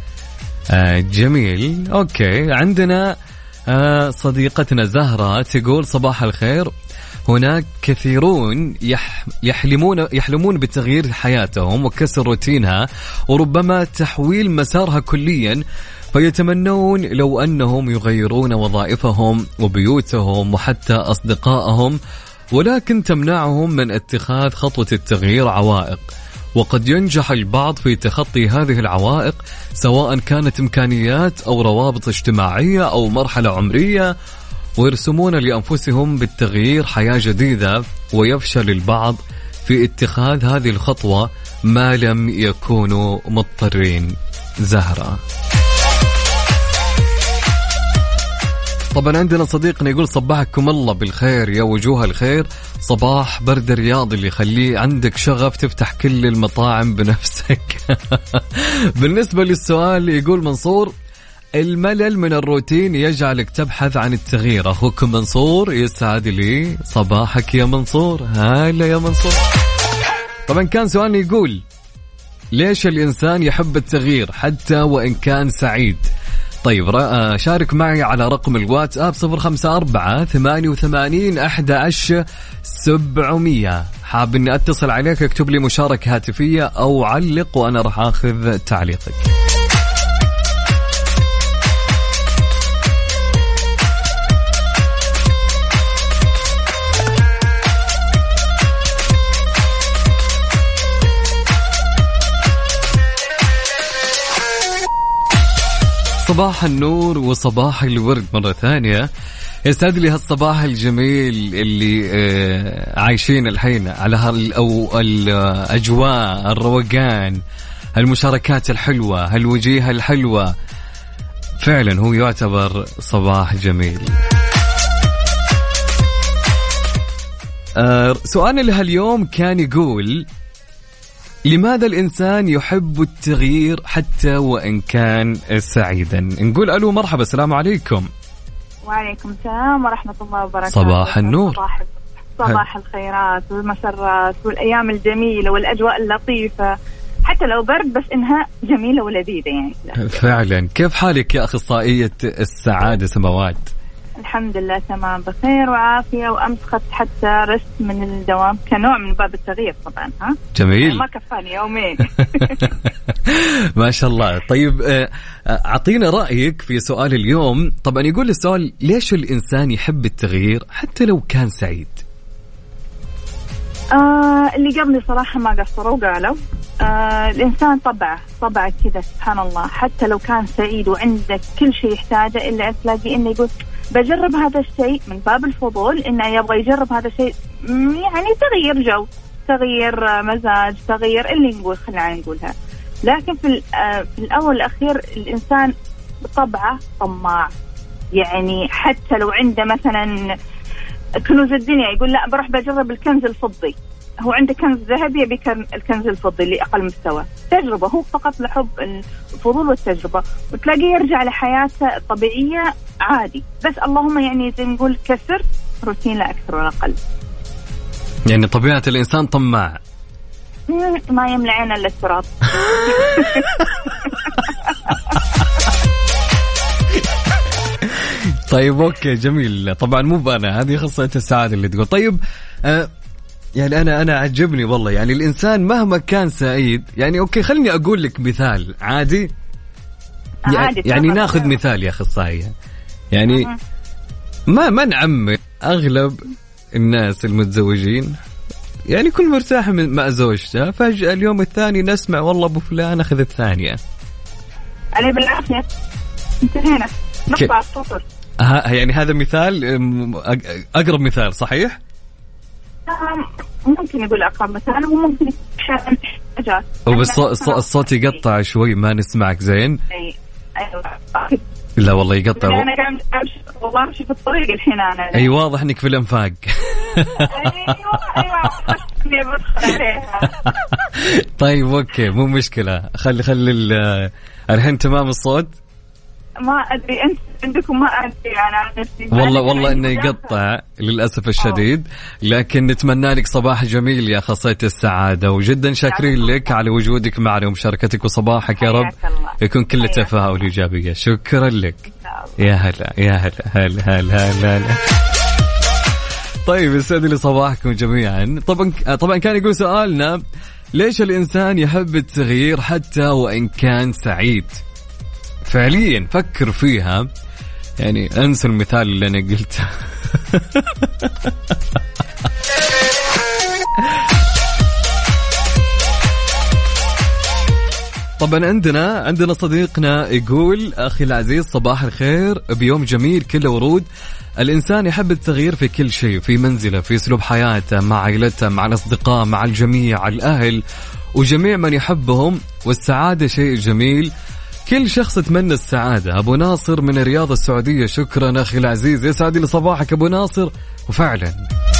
جميل، أوكي. عندنا صديقتنا زهرة تقول صباح الخير، هناك كثيرون يحلمون بتغيير حياتهم وكسر روتينها وربما تحويل مسارها كليا، فيتمنون لو أنهم يغيرون وظائفهم وبيوتهم وحتى أصدقائهم، ولكن تمنعهم من اتخاذ خطوة التغيير عوائق. وقد ينجح البعض في تخطي هذه العوائق سواء كانت إمكانيات أو روابط اجتماعية أو مرحلة عمرية، ويرسمون لأنفسهم بالتغيير حياة جديدة، ويفشل البعض في اتخاذ هذه الخطوة ما لم يكونوا مضطرين. زهرة. طبعا عندنا صديقنا يقول صباحكم الله بالخير يا وجوه الخير، صباح برد رياضي اللي يخليه عندك شغف تفتح كل المطاعم بنفسك. بالنسبة للسؤال يقول منصور الملل من الروتين يجعلك تبحث عن التغيير. أخوكم منصور يسعد لي صباحك يا منصور. هلا يا منصور. طبعا كان سؤالنا يقول ليش الإنسان يحب التغيير حتى وإن كان سعيد؟ طيب شارك معي على رقم الواتساب 0548811700. حاب اني اتصل عليك، اكتب لي مشاركة هاتفية او علق وانا راح اخذ تعليقك. صباح النور وصباح الورد مرة ثانية. يسعد لي هالصباح الجميل اللي عايشين الحين على الأجواء الروقان، هالمشاركات الحلوة، هالوجيه الحلوة. فعلا هو يعتبر صباح جميل. سؤالنا لهاليوم كان يقول لماذا الإنسان يحب التغيير حتى وإن كان سعيدا؟ نقول ألو مرحبا، السلام عليكم. وعليكم السلام ورحمة الله وبركاته. صباح النور. صباح الخيرات والمسرات والأيام الجميلة والأجواء اللطيفة، حتى لو برد بس إنها جميلة ولذيذة يعني. فعلا. كيف حالك يا أخصائية السعادة سماوات؟ الحمد لله تمام بخير وعافية، وأمسخت حتى رست من الدوام كنوع من باب التغيير طبعا. ها جميل. ما كفاني يومين. ما شاء الله. طيب أعطينا رأيك في سؤال اليوم. طبعا يقول السؤال ليش الإنسان يحب التغيير حتى لو كان سعيد؟ اللي قبلي صراحة ما قصروا وقالوا الإنسان طبعه كذا سبحان الله، حتى لو كان سعيد وعندك كل شيء يحتاجه إلا تلاقي إنه يقول بجرب هذا الشيء من باب الفضول، إنه يبغى يجرب هذا الشيء، يعني تغيير جو، تغيير مزاج، تغيير اللي نقول خلينا نقولها. لكن في الأول والأخير الإنسان بطبعه طماع، يعني حتى لو عنده مثلا كنوز الدنيا يقول لا بروح بجرب الكنز الفضي، هو عنده كنز ذهبي يبي الكنز الفضي اللي أقل مستوى. تجربة، هو فقط لحب الفضول والتجربة، وتلاقيه يرجع لحياته الطبيعية عادي. بس اللهم يعني زي نقول كسر روتين لا أكثر ولا أقل. يعني طبيعة الإنسان طماع، ما يملى عينه إلا التراب. طيب أوكي جميل. طبعا مو بأنا، هذه خاصة السعادة اللي تقول. طيب يعني أنا عجبني والله. يعني الإنسان مهما كان سعيد، يعني أوكي خلني أقول لك مثال عادي. يعني ناخذ مثال يا أخصائية. يعني ما نعمم، أغلب الناس المتزوجين يعني كل مرتاح مع زوجته، فجأة اليوم الثاني نسمع والله أبو فلان أخذ الثانية. علي بالعافية، انتهينا نقطع السطر. يعني هذا مثال، أقرب مثال صحيح؟ ممكن يقول أقرب مثال، وممكن يكون حاجات. وبس الصوت يقطع شوي، ما نسمعك زين. أيوة. لا والله يقطع. أنا قاعد والله أمشي في الطريق الحين أنا. أي واضح إنك في الأنفاق. أيوة. طيب أوكي مو مشكلة، خلي الحين تمام الصوت. ما أدري أنت عندكم، ما أدري أنا عن نفسي. والله إنه يقطع للأسف الشديد، لكن نتمنى لك صباح جميل يا خاصية السعادة، وجدا شاكرين لك على وجودك معنا ومشاركتك، وصباحك يا رب يكون كل تفاؤل وإيجابية. شكرا لك. يا هلا يا هلا هلا هلا هلا. طيب يسعد لي صباحكم جميعا. طبعا كان يقول سؤالنا ليش الإنسان يحب التغيير حتى وإن كان سعيد؟ فعليا فكر فيها، يعني انسى المثال اللي انا قلته. طبعا عندنا صديقنا يقول اخي العزيز صباح الخير بيوم جميل كله ورود. الانسان يحب التغيير في كل شيء، في منزله، في اسلوب حياته، مع عائلته، مع الاصدقاء، مع الجميع، الاهل وجميع من يحبهم، والسعاده شيء جميل كل شخص يتمنى السعادة. أبو ناصر من الرياض السعودية، شكرا أخي العزيز، يسعد لي صباحك أبو ناصر. وفعلا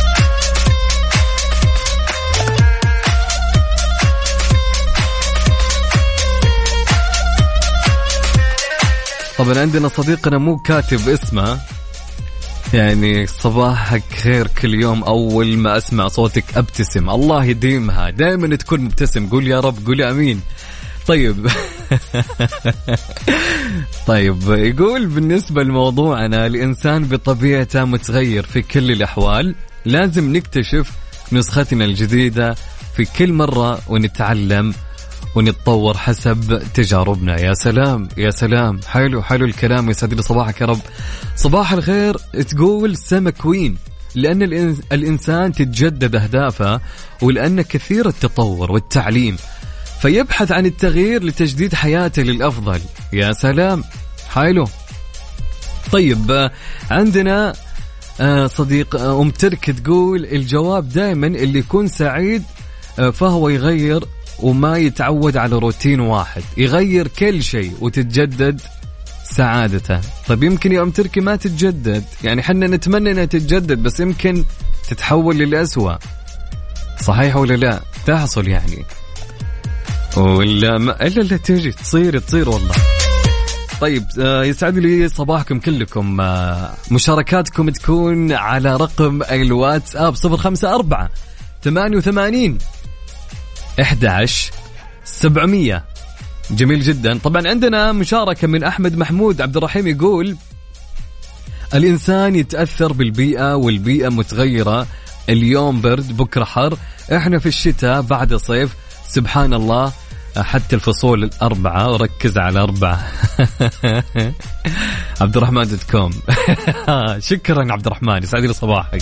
طبعا عندنا صديقنا مو كاتب اسمه، يعني صباحك خير كل يوم أول ما أسمع صوتك أبتسم، الله يديمها دائما تكون مبتسم، قول يا رب، قول أمين. طيب طيب يقول بالنسبة لموضوعنا الإنسان بطبيعته متغير في كل الأحوال، لازم نكتشف نسختنا الجديدة في كل مرة ونتعلم ونتطور حسب تجاربنا. يا سلام يا سلام، حلو حلو الكلام، يسعد لي صباحك يا رب. صباح الخير. تقول سما كوين لأن الإنسان تتجدد أهدافه، ولأن كثير التطور والتعليم فيبحث عن التغيير لتجديد حياته للأفضل. يا سلام حلو. طيب عندنا صديق أم ترك تقول الجواب دائما اللي يكون سعيد فهو يغير وما يتعود على روتين واحد، يغير كل شيء وتتجدد سعادته. طيب يمكن يا أم تركي ما تتجدد، يعني حنا نتمنى أنها تتجدد بس يمكن تتحول للأسوأ، صحيح ولا لا؟ تحصل يعني ولا ما إلا تجي تصير والله. طيب يسعد لي صباحكم كلكم. مشاركاتكم تكون على رقم الواتساب 054 88 11700. جميل جدا. طبعا عندنا مشاركة من أحمد محمود عبد الرحيم، يقول الإنسان يتأثر بالبيئة والبيئة متغيرة، اليوم برد بكرة حر، احنا في الشتاء بعد صيف، سبحان الله حتى الفصول الأربعة، وركز على 4. عبد الرحمن .com. شكرا عبد الرحمن، يسعد لي صباحك.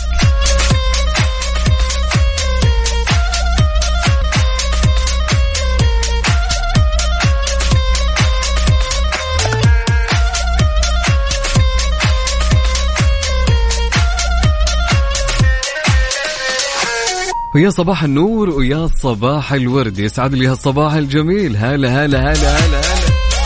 ويا صباح النور ويا صباح الورد، يسعد لي هالصباح الجميل. هلا هلا هلا هلا هلا.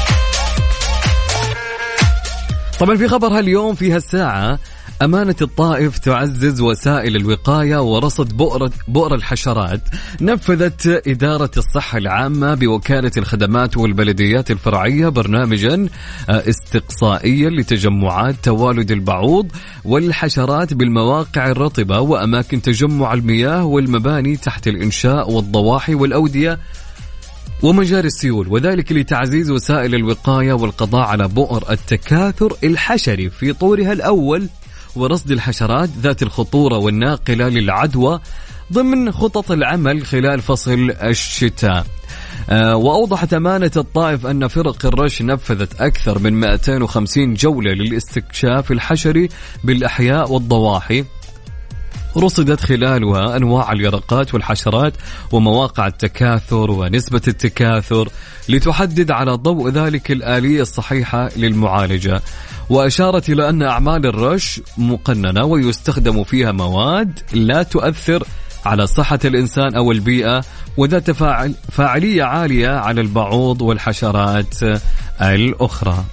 طبعا في خبر هاليوم في هالساعة، أمانة الطائف تعزز وسائل الوقاية ورصد بؤر الحشرات. نفذت إدارة الصحة العامة بوكالة الخدمات والبلديات الفرعية برنامجا استقصائيا لتجمعات توالد البعوض والحشرات بالمواقع الرطبة وأماكن تجمع المياه والمباني تحت الإنشاء والضواحي والأودية ومجاري السيول، وذلك لتعزيز وسائل الوقاية والقضاء على بؤر التكاثر الحشري في طورها الأول، ورصد الحشرات ذات الخطورة والناقلة للعدوى ضمن خطط العمل خلال فصل الشتاء. وأوضحت أمانة الطائف أن فرق الرش نفذت أكثر من 250 جولة للاستكشاف الحشري بالأحياء والضواحي، رصدت خلالها أنواع اليرقات والحشرات ومواقع التكاثر ونسبة التكاثر لتحدد على ضوء ذلك الآلية الصحيحة للمعالجة. وأشارت إلى أن أعمال الرش مقننة ويستخدم فيها مواد لا تؤثر على صحة الإنسان أو البيئة وذات فاعلية عالية على البعوض والحشرات الأخرى.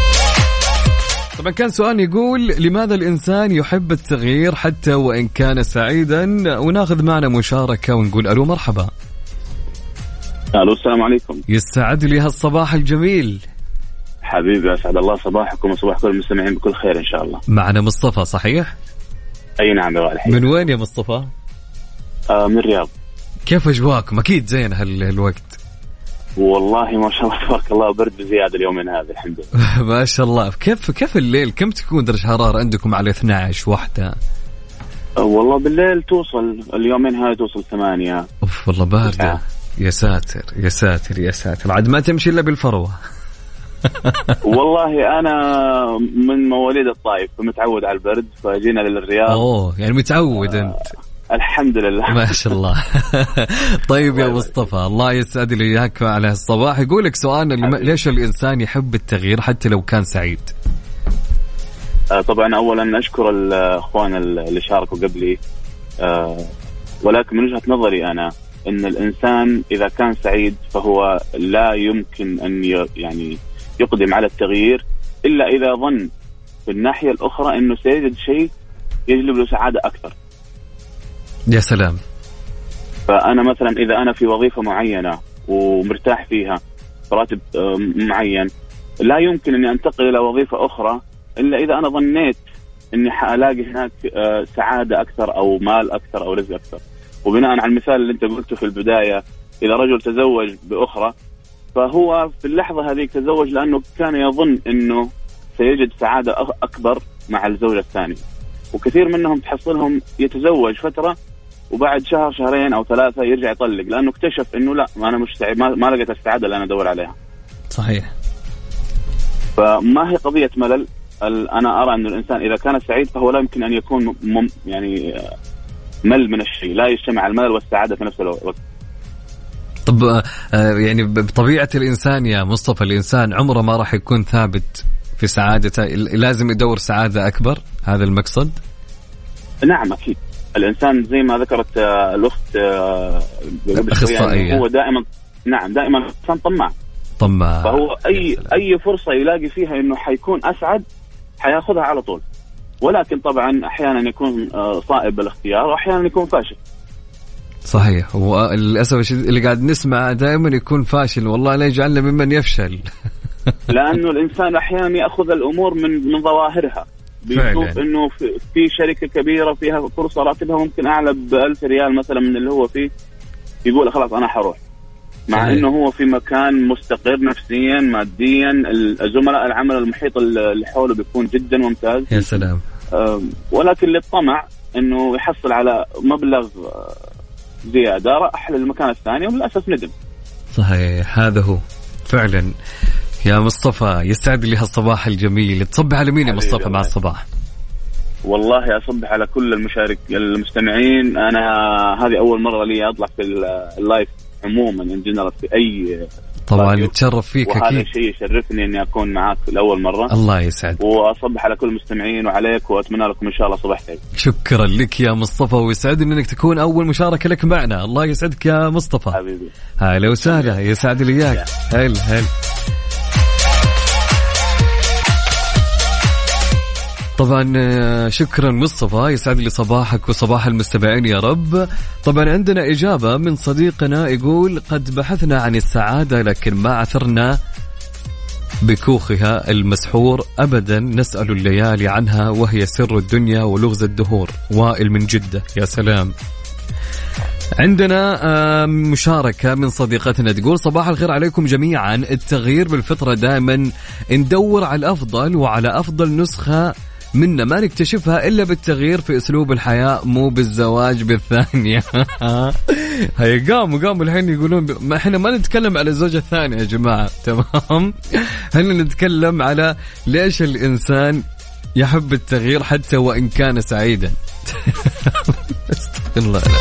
طبعا كان سؤال يقول لماذا الإنسان يحب التغيير حتى وإن كان سعيدا؟ وناخذ معنا مشاركة ونقول ألو مرحبا. ألو السلام عليكم. يسعد لي هالصباح الجميل حبيبي، أسعد الله صباحكم وصباح كل المستمعين بكل خير إن شاء الله. معنا مصطفى صحيح؟ أي نعم يا والحين. من وين يا مصطفى؟ من الرياض. كيف أجواكم؟ أكيد زين هالوقت. والله ما شاء الله تبارك الله، برد بزيادة اليومين هذا الحمد لله. ما شاء الله. كيف الليل كم تكون درجة حرارة عندكم على 12 1؟ والله بالليل توصل اليومين هاي توصل 8. أوف والله باردة. يا ساتر يا ساتر يا ساتر، عاد ما تمشي إلا بالفروة. والله أنا من مواليد الطائف فمتعود على البرد، فجينا للرياض. أوه يعني متعود أنت. الحمد لله. ما شاء الله. طيب يا مصطفى، الله يسعد لي إياك على الصباح. يقولك سؤالنا ليش الإنسان يحب التغيير حتى لو كان سعيد؟ طبعا أولا أشكر الأخوان اللي شاركوا قبلي، ولكن من وجهة نظري أنا إن الإنسان إذا كان سعيد فهو لا يمكن أن يعني يقدم على التغيير إلا إذا ظن في الناحية الأخرى أنه سيجد شيء يجلب له سعادة أكثر. يا سلام. فأنا مثلا إذا أنا في وظيفة معينة ومرتاح فيها راتب معين، لا يمكن أني أنتقل إلى وظيفة أخرى إلا إذا أنا ظنيت أني حألاقي هناك سعادة أكثر أو مال أكثر أو رزق أكثر. وبناء على المثال اللي أنت قلته في البداية، إذا رجل تزوج بأخرى فهو في اللحظة هذه تزوج لأنه كان يظن أنه سيجد سعادة أكبر مع الزوجة الثانية. وكثير منهم تحصلهم يتزوج فترة وبعد شهر شهرين أو 3 يرجع يطلق، لأنه اكتشف أنه لا، أنا مش سعيد، ما لقيت السعادة اللي أنا أدور عليها. صحيح. فما هي قضية ملل. أنا أرى أن الإنسان إذا كان سعيد فهو لا يمكن أن يكون يعني مل من الشيء، لا يجتمع الملل والسعادة في نفس الوقت. طب يعني بطبيعة الإنسان يا مصطفى، الإنسان عمره ما راح يكون ثابت في سعادته، لازم يدور سعادة أكبر، هذا المقصد؟ نعم أكيد. الإنسان زي ما ذكرت الأخت أخصائية، هو دائما دائما إنسان طماع. فهو أي فرصة يلاقي فيها إنه حيكون أسعد حياخذها على طول. ولكن طبعا أحيانا يكون صائب بالاختيار وأحيانا يكون فاشل. صحيح. وللأسف الشديد اللي قاعد نسمع دائما يكون فاشل، والله لا يجعلنا ممن يفشل. لأنه الإنسان أحيانا يأخذ الأمور من ظواهرها، بيشوف إنه في شركة كبيرة فيها فرصة راتبها ممكن أعلى ب1000 ريال مثلا من اللي هو فيه، يقول خلاص أنا حروح، مع إنه هو في مكان مستقر نفسيا ماديا، الزملاء العمل المحيط اللي حوله بيكون جدا ممتاز. يا سلام. ولكن للطمع إنه يحصل على مبلغ زيادة راح للمكان الثاني وللأسف ندم. صحيح، هذا هو فعلا. يا مصطفى يسعد لي هالصباح الجميل. تصبح على مين يا مصطفى مع الصباح؟ والله أصبح على كل المستمعين. أنا هذه أول مرة لي أطلع في اللايف عموما إن جنرال في أي طبعا نتشرف فيك وهذا أكيد. شيء يشرفني إني أكون معاك لأول مرة. الله يسعد. وأصبح على كل المستمعين وعليك، وأتمنى لكم إن شاء الله صباح خير. شكرا لك يا مصطفى، ويسعدني إنك تكون أول مشاركة لك معنا. الله يسعدك يا مصطفى. حبيبي. هلا وسهلا، يسعد لي إياك. هل طبعا شكرا مصطفى، يسعد لي صباحك وصباح المستمعين يا رب. طبعا عندنا إجابة من صديقنا يقول: قد بحثنا عن السعادة لكن ما عثرنا بكوخها المسحور أبدا، نسأل الليالي عنها وهي سر الدنيا ولغز الدهور. وائل من جدة. يا سلام. عندنا مشاركة من صديقتنا تقول: صباح الخير عليكم جميعا، التغيير بالفطرة دائما ندور على الأفضل وعلى أفضل نسخة منا، ما نكتشفها إلا بالتغيير في أسلوب الحياة مو بالزواج بالثانية. هي قاموا الحين يقولون ما احنا ما نتكلم على الزوجة الثانية يا جماعة، تمام؟ هل نتكلم على ليش الإنسان يحب التغيير حتى وإن كان سعيدا. استغفر الله.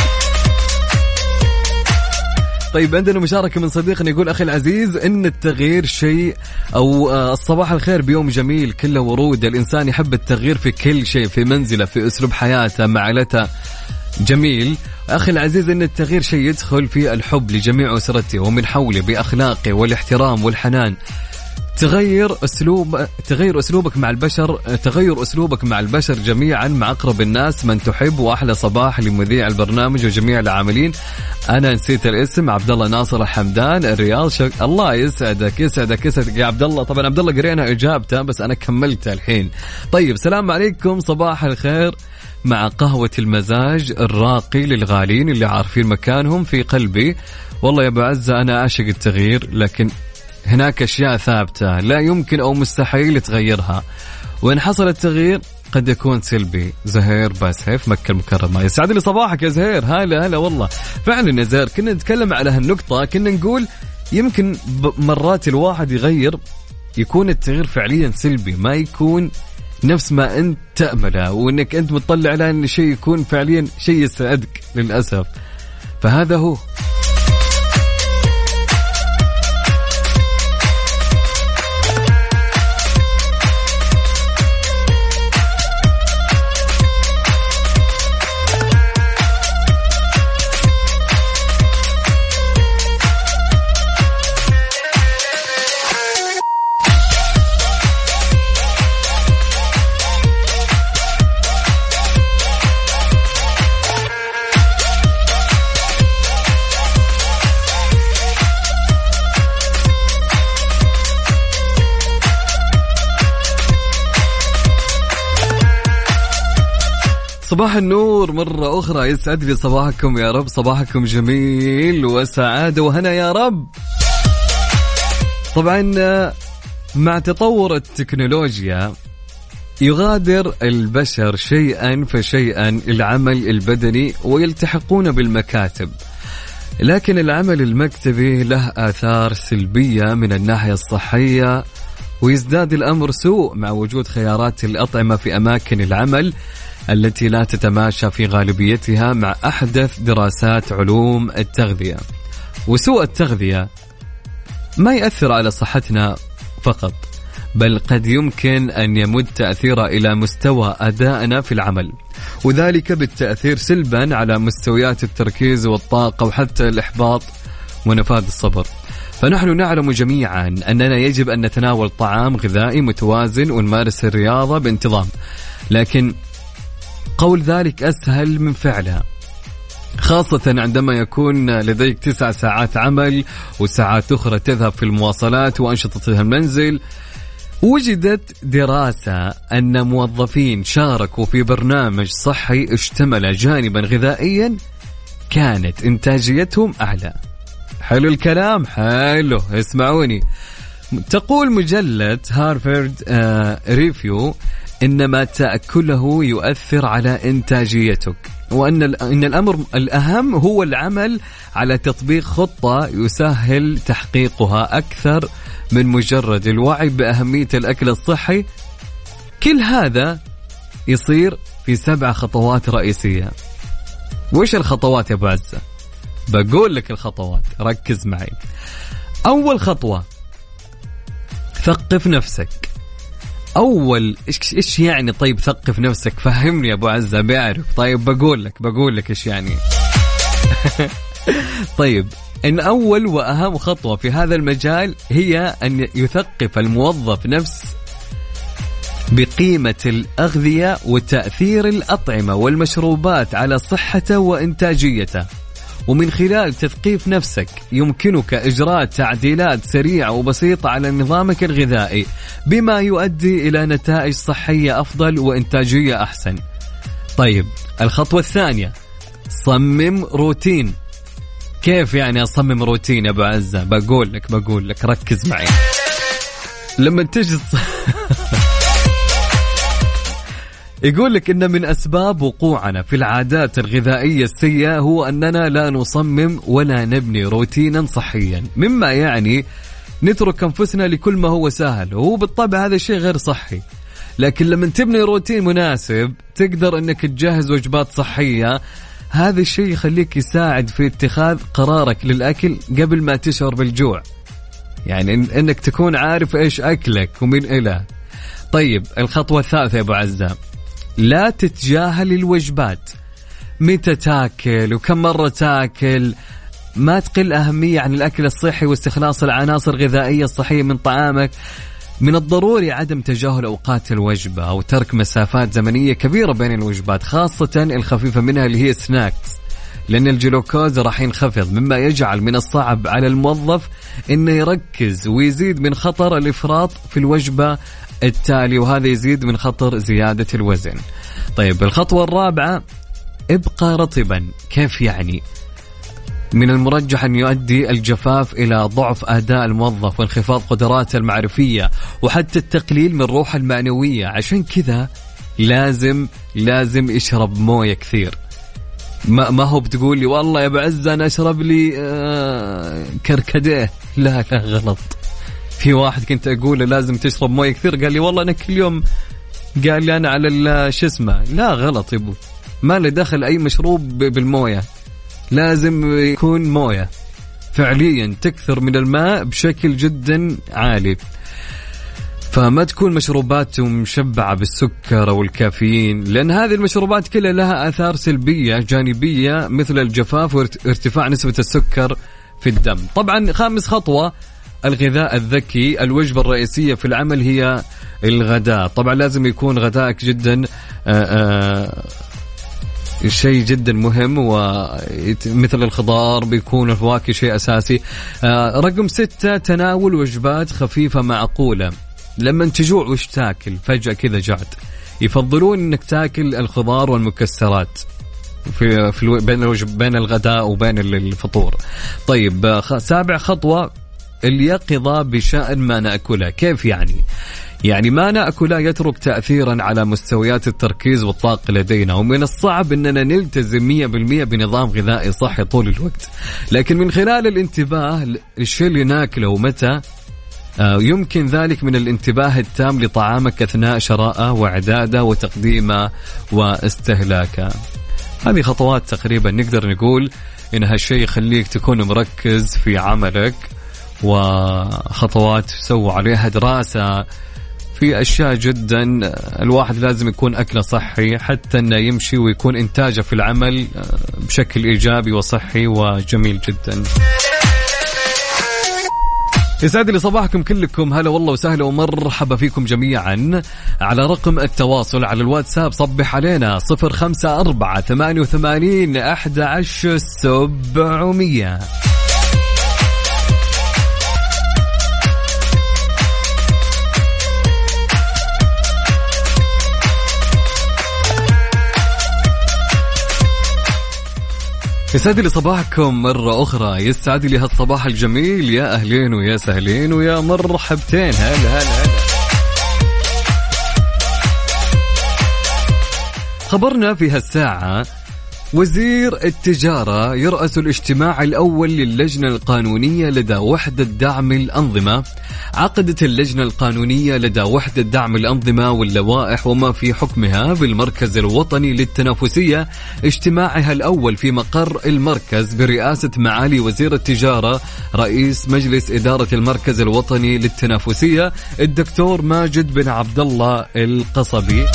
طيب عندنا مشاركة من صديقنا يقول: أخي العزيز، إن التغيير شيء أو الصباح الخير بيوم جميل كله ورود، الإنسان يحب التغيير في كل شيء، في منزله، في أسلوب حياته، مع عائلته. جميل أخي العزيز، إن التغيير شيء يدخل في الحب لجميع أسرته ومن حوله بأخلاقه والاحترام والحنان. تغير أسلوبك مع البشر، تغير أسلوبك مع البشر جميعا، مع أقرب الناس من تحب. وأحلى صباح لمذيع البرنامج وجميع العاملين. أنا نسيت الاسم، عبد الله ناصر الحمدان الرياض. الله يسعدك يا عبد الله. طبعا عبد الله قرينا إجابته بس أنا كملتها الحين. طيب سلام عليكم، صباح الخير مع قهوة المزاج الراقي للغالين اللي عارفين مكانهم في قلبي. والله يا أبو عزة أنا أعشق التغيير، لكن هناك أشياء ثابتة لا يمكن أو مستحيل تغيرها، وإن حصل التغيير قد يكون سلبي. زهير باسهيف مكة المكرمة. يسعد لي صباحك يا زهير. هلا والله فعلا يا زهير، كنا نتكلم على هالنقطة، كنا نقول يمكن مرات الواحد يغير يكون التغيير فعليا سلبي، ما يكون نفس ما أنت تأمله، وإنك أنت مطلع على أن شيء يكون فعليا شيء يسعدك للأسف. فهذا هو. صباح النور مرة أخرى، يسعد لي صباحكم يا رب، صباحكم جميل وسعادة وهنا يا رب. طبعا مع تطور التكنولوجيا يغادر البشر شيئا فشيئا العمل البدني ويلتحقون بالمكاتب، لكن العمل المكتبي له آثار سلبية من الناحية الصحية، ويزداد الأمر سوء مع وجود خيارات الأطعمة في أماكن العمل التي لا تتماشى في غالبيتها مع أحدث دراسات علوم التغذية. وسوء التغذية ما يأثر على صحتنا فقط، بل قد يمكن أن يمد تأثيره إلى مستوى أدائنا في العمل، وذلك بالتأثير سلبا على مستويات التركيز والطاقة وحتى الإحباط ونفاذ الصبر. فنحن نعلم جميعا أننا يجب أن نتناول طعام غذائي متوازن ونمارس الرياضة بانتظام، لكن قول ذلك أسهل من فعلها، خاصة عندما يكون لديك 9 ساعات عمل وساعات أخرى تذهب في المواصلات وأنشطة المنزل. وجدت دراسة أن موظفين شاركوا في برنامج صحي اشتمل جانبا غذائيا كانت إنتاجيتهم أعلى. حلو الكلام، حلو، اسمعوني. تقول مجلة هارفارد ريفيو إن ما تأكله يؤثر على إنتاجيتك، وأن الأمر الأهم هو العمل على تطبيق خطة يسهل تحقيقها أكثر من مجرد الوعي بأهمية الأكل الصحي. كل هذا يصير في 7 خطوات رئيسية. وإيش الخطوات يا أبو عزة؟ بقول لك الخطوات، ركز معي. أول خطوة، ثقف نفسك. أول إيش يعني؟ طيب ثقف نفسك، فهمني يا أبو عزة، بيعرف. طيب بقول لك إيش يعني. طيب، إن أول وأهم خطوة في هذا المجال هي أن يثقف الموظف نفس بقيمة الأغذية وتأثير الأطعمة والمشروبات على صحته وإنتاجيته. ومن خلال تثقيف نفسك يمكنك إجراء تعديلات سريعة وبسيطة على نظامك الغذائي، بما يؤدي إلى نتائج صحية أفضل وإنتاجية أحسن. طيب، الخطوة الثانية، صمم روتين. كيف يعني أصمم روتين يا أبو عزة؟ بقول لك ركز معي. لما تجي يقول لك إن من أسباب وقوعنا في العادات الغذائية السيئة هو أننا لا نصمم ولا نبني روتينا صحيا، مما يعني نترك أنفسنا لكل ما هو سهل، وهو بالطبع هذا الشيء غير صحي. لكن لما تبني روتين مناسب تقدر أنك تجهز وجبات صحية، هذا الشيء يخليك يساعد في اتخاذ قرارك للأكل قبل ما تشعر بالجوع، يعني إنك تكون عارف إيش أكلك ومن إله. طيب، الخطوة الثالثة يا أبو عزة، لا تتجاهل الوجبات. متى تاكل وكم مرة تاكل ما تقل أهمية عن الأكل الصحي واستخلاص العناصر الغذائية الصحية من طعامك. من الضروري عدم تجاهل أوقات الوجبة أو ترك مسافات زمنية كبيرة بين الوجبات، خاصة الخفيفة منها اللي هي سناكس، لأن الجلوكوز راح ينخفض، مما يجعل من الصعب على الموظف إنه يركز ويزيد من خطر الإفراط في الوجبة التالي، وهذا يزيد من خطر زيادة الوزن. طيب، الخطوة الرابعة، ابقى رطبا. كيف يعني؟ من المرجح أن يؤدي الجفاف إلى ضعف أداء الموظف وانخفاض قدراته المعرفية وحتى التقليل من روحه المعنوية. عشان كذا لازم يشرب موية كثير. ما هو بتقول لي والله يا أبو عزة أنا أشرب لي كركديه. لا غلط. في واحد كنت أقول لازم تشرب موية كثير، قال لي والله أنا كل يوم، قال لي أنا على شسمة. لا غلط يبو، ما له دخل أي مشروب بالموية، لازم يكون موية فعليا، تكثر من الماء بشكل جدا عالي. فما تكون مشروبات مشبعة بالسكر أو الكافيين، لأن هذه المشروبات كلها لها آثار سلبية جانبية مثل الجفاف وارتفاع نسبة السكر في الدم. طبعا، خامس خطوة، الغذاء الذكي. الوجبة الرئيسية في العمل هي الغداء. طبعا لازم يكون غدائك جدا شيء جدا مهم، ومثل الخضار بيكون الفواكه شيء أساسي. رقم 6، تناول وجبات خفيفة معقولة. لما تجوع وش تاكل فجأة كذا جعت، يفضلون انك تاكل الخضار والمكسرات بين الغداء وبين الفطور. طيب 7 خطوة اليقظة بشأن ما نأكلها. كيف يعني ما نأكله يترك تأثيرا على مستويات التركيز والطاقة لدينا، ومن الصعب أننا نلتزم 100% بنظام غذائي صحي طول الوقت، لكن من خلال الانتباه للشيء اللي ناكله ومتى يمكن ذلك من الانتباه التام لطعامك أثناء شرائه وإعداده وتقديمه واستهلاكه. هذه خطوات تقريبا نقدر نقول إن هالشيء يخليك تكون مركز في عملك، وخطوات سووا عليها دراسة في أشياء جدا الواحد لازم يكون أكله صحي حتى أنه يمشي ويكون إنتاجه في العمل بشكل إيجابي وصحي وجميل جدا. يسعد لي صباحكم كلكم، هلا والله وسهلا ومرحبا فيكم جميعا على رقم التواصل على الواتساب. صبح علينا 0548811700. يسعد لي صباحكم مرة أخرى، يسعد لي هالصباح الجميل، يا أهلين ويا سهلين ويا مرحبتين. هلا هلا هلا. خبرنا في هالساعة، وزير التجارة يرأس الاجتماع الأول للجنة القانونية لدى وحدة دعم الأنظمة. عقدت اللجنة القانونية لدى وحدة دعم الأنظمة واللوائح وما في حكمها بالمركز الوطني للتنافسية اجتماعها الأول في مقر المركز برئاسة معالي وزير التجارة رئيس مجلس إدارة المركز الوطني للتنافسية الدكتور ماجد بن عبد الله القصبي،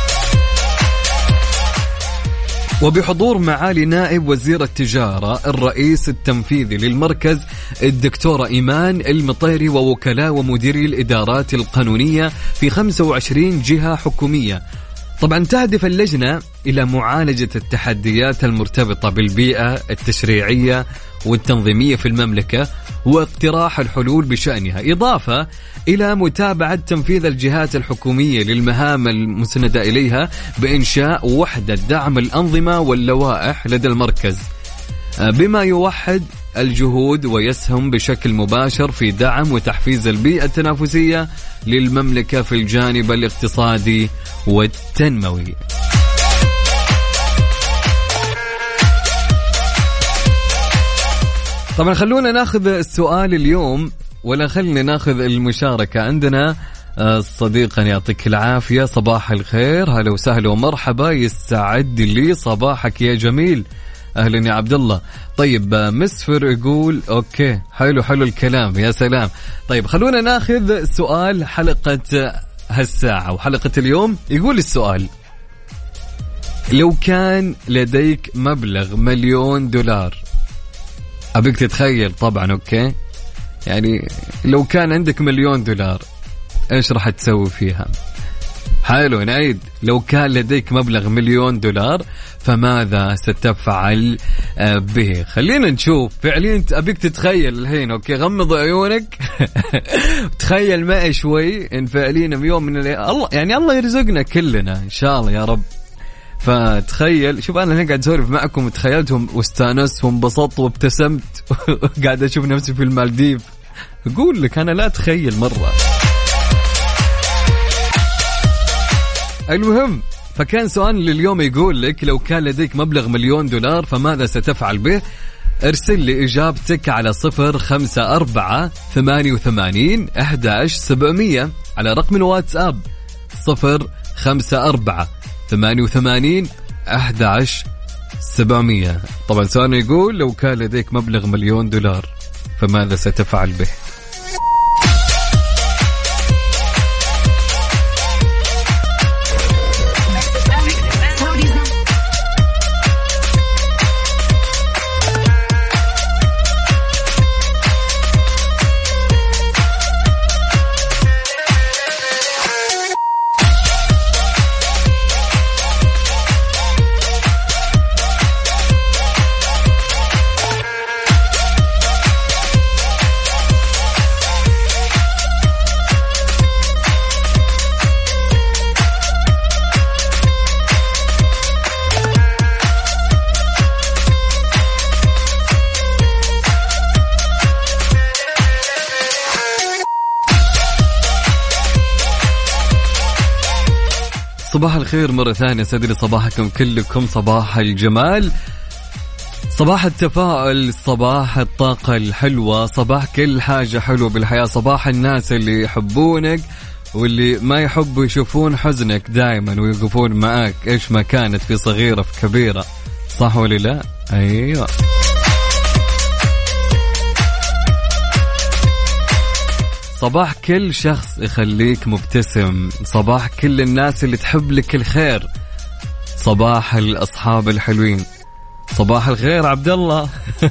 وبحضور معالي نائب وزير التجارة الرئيس التنفيذي للمركز الدكتورة إيمان المطيري ووكلاء ومديري الإدارات القانونية في 25 جهة حكومية. طبعا تهدف اللجنة إلى معالجة التحديات المرتبطة بالبيئة التشريعية والتنظيمية في المملكة واقتراح الحلول بشأنها، إضافة إلى متابعة تنفيذ الجهات الحكومية للمهام المسندة إليها بإنشاء وحدة دعم الأنظمة واللوائح لدى المركز، بما يوحد الجهود ويسهم بشكل مباشر في دعم وتحفيز البيئة التنافسية للمملكة في الجانب الاقتصادي والتنموي. طبعا خلونا ناخذ السؤال اليوم، ولا خلينا ناخذ المشاركة. عندنا صديقا يعطيك العافية، صباح الخير، هلا وسهلا ومرحبا، يسعد لي صباحك يا جميل، أهلا يا عبد الله. طيب مسفر يقول أوكي حلو الكلام، يا سلام. طيب خلونا ناخذ سؤال حلقة هالساعة وحلقة اليوم. يقول السؤال: لو كان لديك مبلغ $1,000,000، أبيك تتخيل طبعا، أوكي يعني لو كان عندك $1,000,000 إيش راح تسوي فيها؟ حلو، نعيد، لو كان لديك مبلغ $1,000,000 فماذا ستفعل به؟ خلينا نشوف فعليا، أبيك تتخيل الحين، أوكي غمض عيونك تخيل معي شوي إن فعليا يوم من الله يعني الله يرزقنا كلنا إن شاء الله يا رب. فتخيل، شوف أنا هنا قاعد أسولف معكم وتخيلتهم واستانست وانبسطت وابتسمت قاعد أشوف نفسي في المالديف. أقول لك أنا لا أتخيل مرة. المهم، فكان سؤال لليوم يقول لك لو كان لديك مبلغ $1,000,000 فماذا ستفعل به؟ ارسل لي إجابتك على 0548811700 على رقم الواتساب 0548811700. طبعا سؤال يقول لو كان لديك مبلغ $1,000,000 فماذا ستفعل به؟ صباح الخير مرة ثانية، سعد لي صباحكم كلكم، صباح الجمال، صباح التفاؤل، صباح الطاقة الحلوة، صباح كل حاجة حلوة بالحياة، صباح الناس اللي يحبونك واللي ما يحبوا يشوفون حزنك دائما ويقفون معاك إيش ما كانت، في صغيرة في كبيرة، صح ولا لا؟ أيوة. صباح كل شخص يخليك مبتسم، صباح كل الناس اللي تحب لك الخير، صباح الأصحاب الحلوين. صباح الخير عبد الله.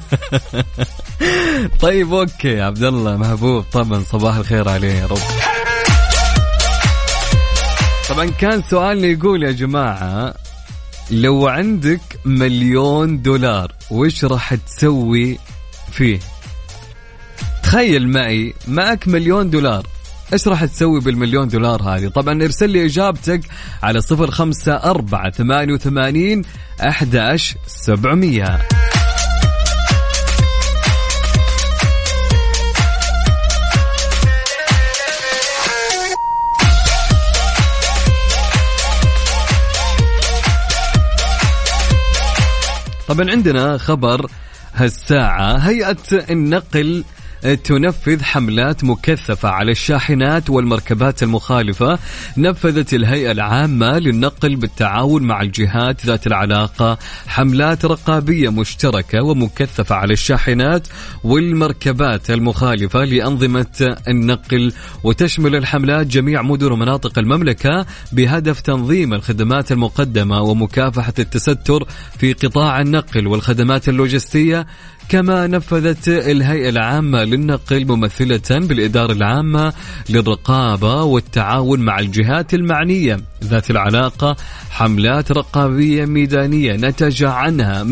طيب اوكي عبد الله محبوب، طبعا صباح الخير عليه يا رب. طبعا كان سؤالنا يقول يا جماعة، لو عندك $1,000,000 وش راح تسوي فيه؟ تخيل معي معك $1,000,000، ايش راح تسوي $1,000,000 هذه؟ طبعا ارسل لي اجابتك على 0548811700. طبعا عندنا خبر هالساعة، هيئة النقل تنفذ حملات مكثفة على الشاحنات والمركبات المخالفة. نفذت الهيئة العامة للنقل بالتعاون مع الجهات ذات العلاقة حملات رقابية مشتركة ومكثفة على الشاحنات والمركبات المخالفة لأنظمة النقل، وتشمل الحملات جميع مدن ومناطق المملكة بهدف تنظيم الخدمات المقدمة ومكافحة التستر في قطاع النقل والخدمات اللوجستية. كما نفذت الهيئة العامة للنقل ممثلة بالإدارة العامة للرقابة والتعاون مع الجهات المعنية ذات العلاقة حملات رقابية ميدانية نتج عنها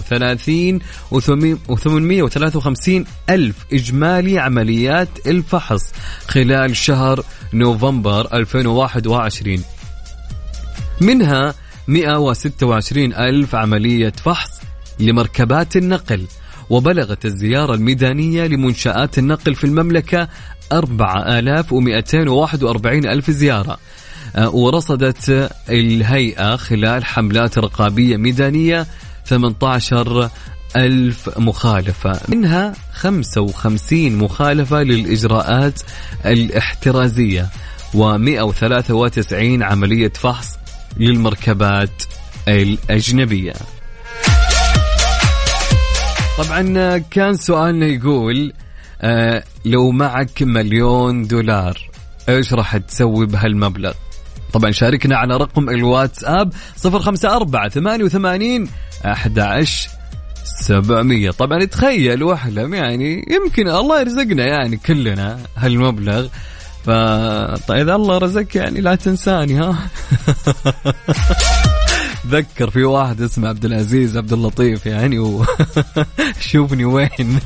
130,853 ألف إجمالي عمليات الفحص خلال شهر نوفمبر 2021، منها 126 ألف عملية فحص لمركبات النقل. وبلغت الزيارة الميدانية لمنشآت النقل في المملكة 4,241 ألف زيارة. ورصدت الهيئة خلال حملات رقابية ميدانية 18 ألف مخالفة، منها 55 مخالفة للإجراءات الاحترازية، و193 عملية فحص للمركبات الأجنبية. طبعا كان سؤالنا يقول لو معك $1,000,000 ايش راح تسوي بهالمبلغ؟ طبعا شاركنا على رقم الواتساب 0548811700. طبعا تخيل واحلم، يعني يمكن الله يرزقنا يعني كلنا هالمبلغ، فطيب الله رزق يعني لا تنساني ها. ذكر في واحد اسمه عبد العزيز عبد اللطيف يعني، وشوفني وين.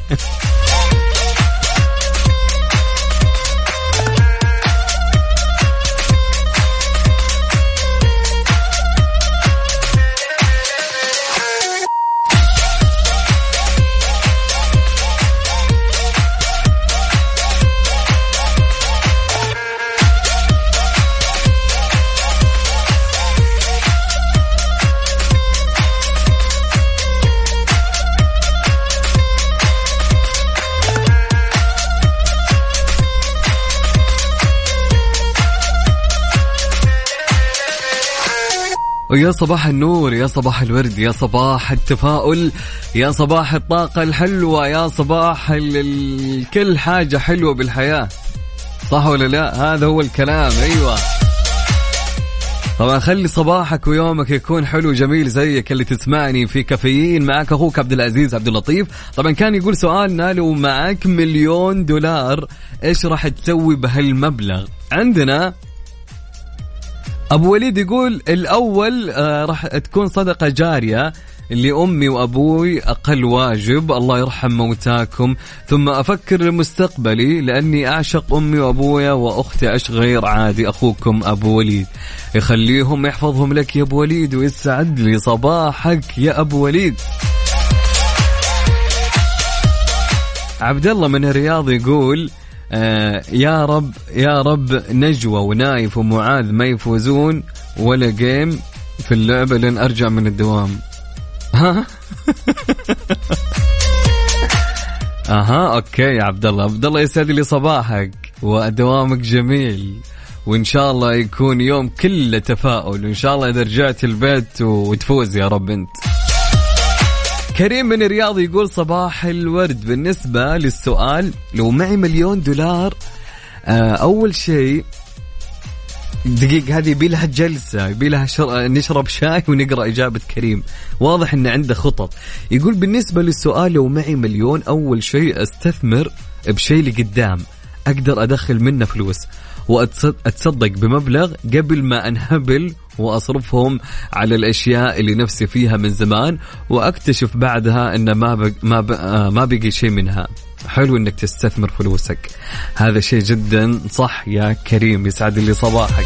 ويا صباح النور، يا صباح الورد، يا صباح التفاؤل، يا صباح الطاقة الحلوة، يا صباح كل حاجة حلوة بالحياة، صح ولا لا؟ هذا هو الكلام. أيوة طبعا خلي صباحك ويومك يكون حلو جميل زيك اللي تسمعني في كافيين. معك أخوك عبد العزيز عبد اللطيف. طبعا كان يقول سؤالنا، لو معك $1,000,000 إيش راح تسوي بهالمبلغ؟ عندنا أبو وليد يقول الأول راح تكون صدقة جارية لأمي وأبوي أقل واجب، الله يرحم موتاكم، ثم أفكر لمستقبلي لأني أعشق أمي وأبويا وأختي عشق غير عادي. أخوكم أبو وليد، يخليهم يحفظهم لك يا أبو وليد، ويسعد لي صباحك يا أبو وليد. عبد الله من الرياض يقول يا رب نجوى ونايف ومعاذ ما يفوزون ولا جيم في اللعبة لين أرجع من الدوام. ها أوكي يا عبد الله يسعد لي صباحك ودوامك جميل، وإن شاء الله يكون يوم كله تفاؤل، وإن شاء الله إذا رجعت البيت وتفوز يا رب أنت. كريم من الرياض يقول صباح الورد. بالنسبة للسؤال لو معي $1,000,000، أول شيء دقيقة هذه يبيلها جلسة، يبيلها نشرب شاي ونقرأ إجابة كريم، واضح إنه عنده خطط. يقول بالنسبة للسؤال لو معي $1,000,000، أول شيء أستثمر بشيء لقدام أقدر أدخل منه فلوس، وأتصدق بمبلغ قبل ما أنهبل وأصرفهم على الأشياء اللي نفسي فيها من زمان، وأكتشف بعدها إن ما بقي شيء منها. حلو إنك تستثمر فلوسك، هذا شيء جدا صح يا كريم، يسعد لي صباحك.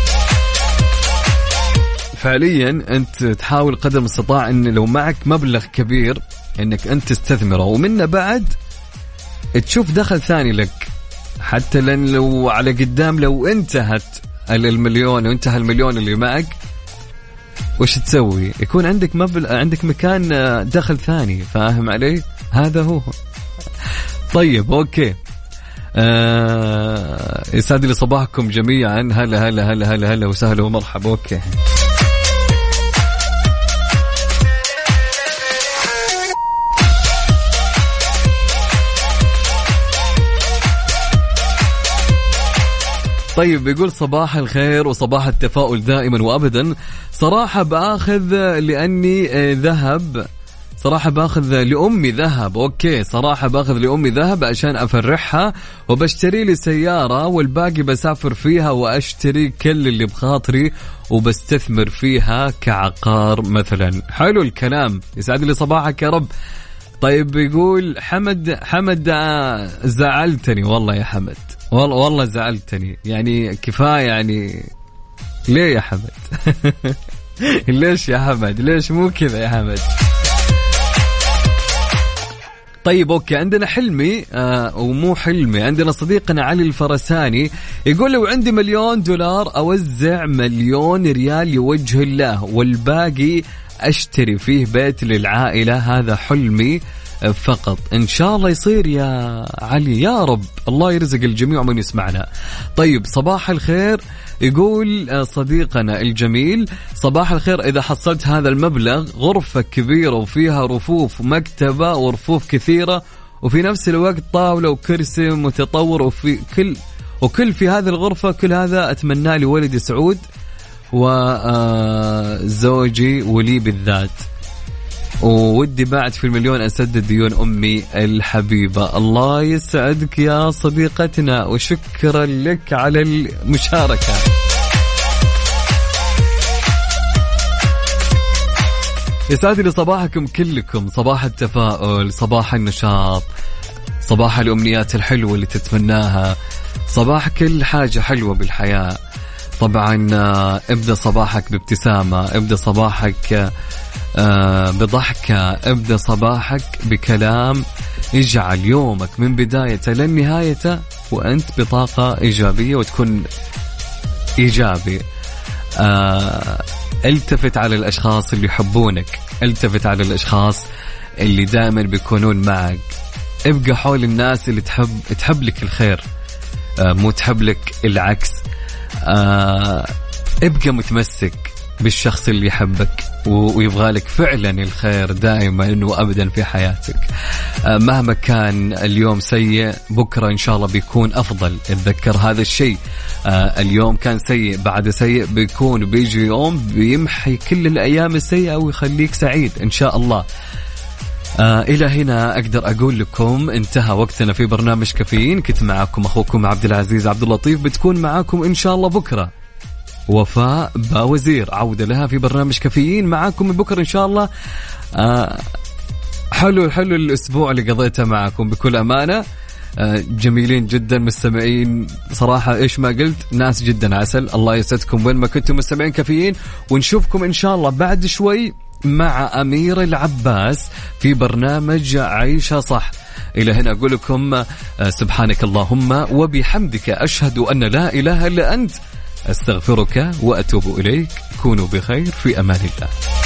فعليا أنت تحاول قدر المستطاع إن لو معك مبلغ كبير إنك أنت تستثمره، ومنه بعد تشوف دخل ثاني لك، حتى لأن لو على قدام لو انتهت $1,000,000 وانتهى $1,000,000 اللي معك، وش تسوي؟ يكون عندك عندك مكان دخل ثاني، فاهم علي؟ هذا هو. طيب أوكي، يسعد لي صباحكم جميعا. هلا هلا هلا هلا هلا وسهلا ومرحبا. أوكي طيب، يقول صباح الخير وصباح التفاؤل دائما وأبدا. صراحة بأخذ لأني ذهب، صراحة باخذ لأمي ذهب. أوكي، صراحة باخذ لأمي ذهب عشان أفرحها، وبشتري لي سيارة، والباقي بسافر فيها وأشتري كل اللي بخاطري وبستثمر فيها كعقار مثلا. حلو الكلام، يسعد لي صباحك يا رب. طيب يقول حمد زعلتني والله يا حمد، والله زعلتني، يعني كفاية يعني. ليه يا حمد؟ ليش يا حمد؟ ليش مو كذا يا حمد؟ طيب أوكي، عندنا حلمي ومو حلمي، عندنا صديقنا علي الفرساني يقول لو عندي $1,000,000 أوزع $1,000,000 لوجه الله، والباقي أشتري فيه بيت للعائلة، هذا حلمي فقط. إن شاء الله يصير يا علي، يا رب الله يرزق الجميع من يسمعنا. طيب صباح الخير، يقول صديقنا الجميل صباح الخير، إذا حصلت هذا المبلغ غرفة كبيرة وفيها رفوف، مكتبة ورفوف كثيرة، وفي نفس الوقت طاولة وكرسي متطور، وكل في هذه الغرفة، كل هذا أتمنى لي ولدي سعود وزوجي ولي بالذات، وودي بعد في $1,000,000 أسدد ديون أمي الحبيبة. الله يسعدك يا صديقتنا، وشكرا لك على المشاركة. يسعد لي صباحكم كلكم، صباح التفاؤل، صباح النشاط، صباح الأمنيات الحلوة اللي تتمناها، صباح كل حاجة حلوة بالحياة. طبعا ابدأ صباحك بابتسامة، ابدأ صباحك بضحكة، ابدأ صباحك بكلام يجعل يومك من بدايته لنهايته وأنت بطاقة إيجابية وتكون إيجابي. التفت على الأشخاص اللي يحبونك، التفت على الأشخاص اللي دائما بيكونون معك، ابقى حول الناس اللي تحب لك الخير، مو تحب لك العكس. ابقى متمسك بالشخص اللي يحبك ويبغى لك فعلا الخير دائما انه ابدا في حياتك. مهما كان اليوم سيء، بكره ان شاء الله بيكون افضل. اتذكر هذا الشيء، اليوم كان سيء، بعد سيء بيجي يوم بيمحي كل الايام السيئه ويخليك سعيد ان شاء الله. إلى هنا أقدر أقول لكم انتهى وقتنا في برنامج كافيين. كنت معكم أخوكم عبد العزيز عبد اللطيف، بتكون معكم إن شاء الله بكرة وفاء باوزير، عودة لها في برنامج كافيين معكم من بكرة إن شاء الله. حلو الأسبوع اللي قضيته معكم بكل أمانة، جميلين جدا مستمعين صراحة، إيش ما قلت ناس جدا عسل. الله يسعدكم وين ما كنتم مستمعين كافيين، ونشوفكم إن شاء الله بعد شوي مع أمير العباس في برنامج عيشة صح. إلى هنا أقول لكم سبحانك اللهم وبحمدك، أشهد أن لا إله إلا أنت، أستغفرك وأتوب إليك. كونوا بخير، في أمان الله.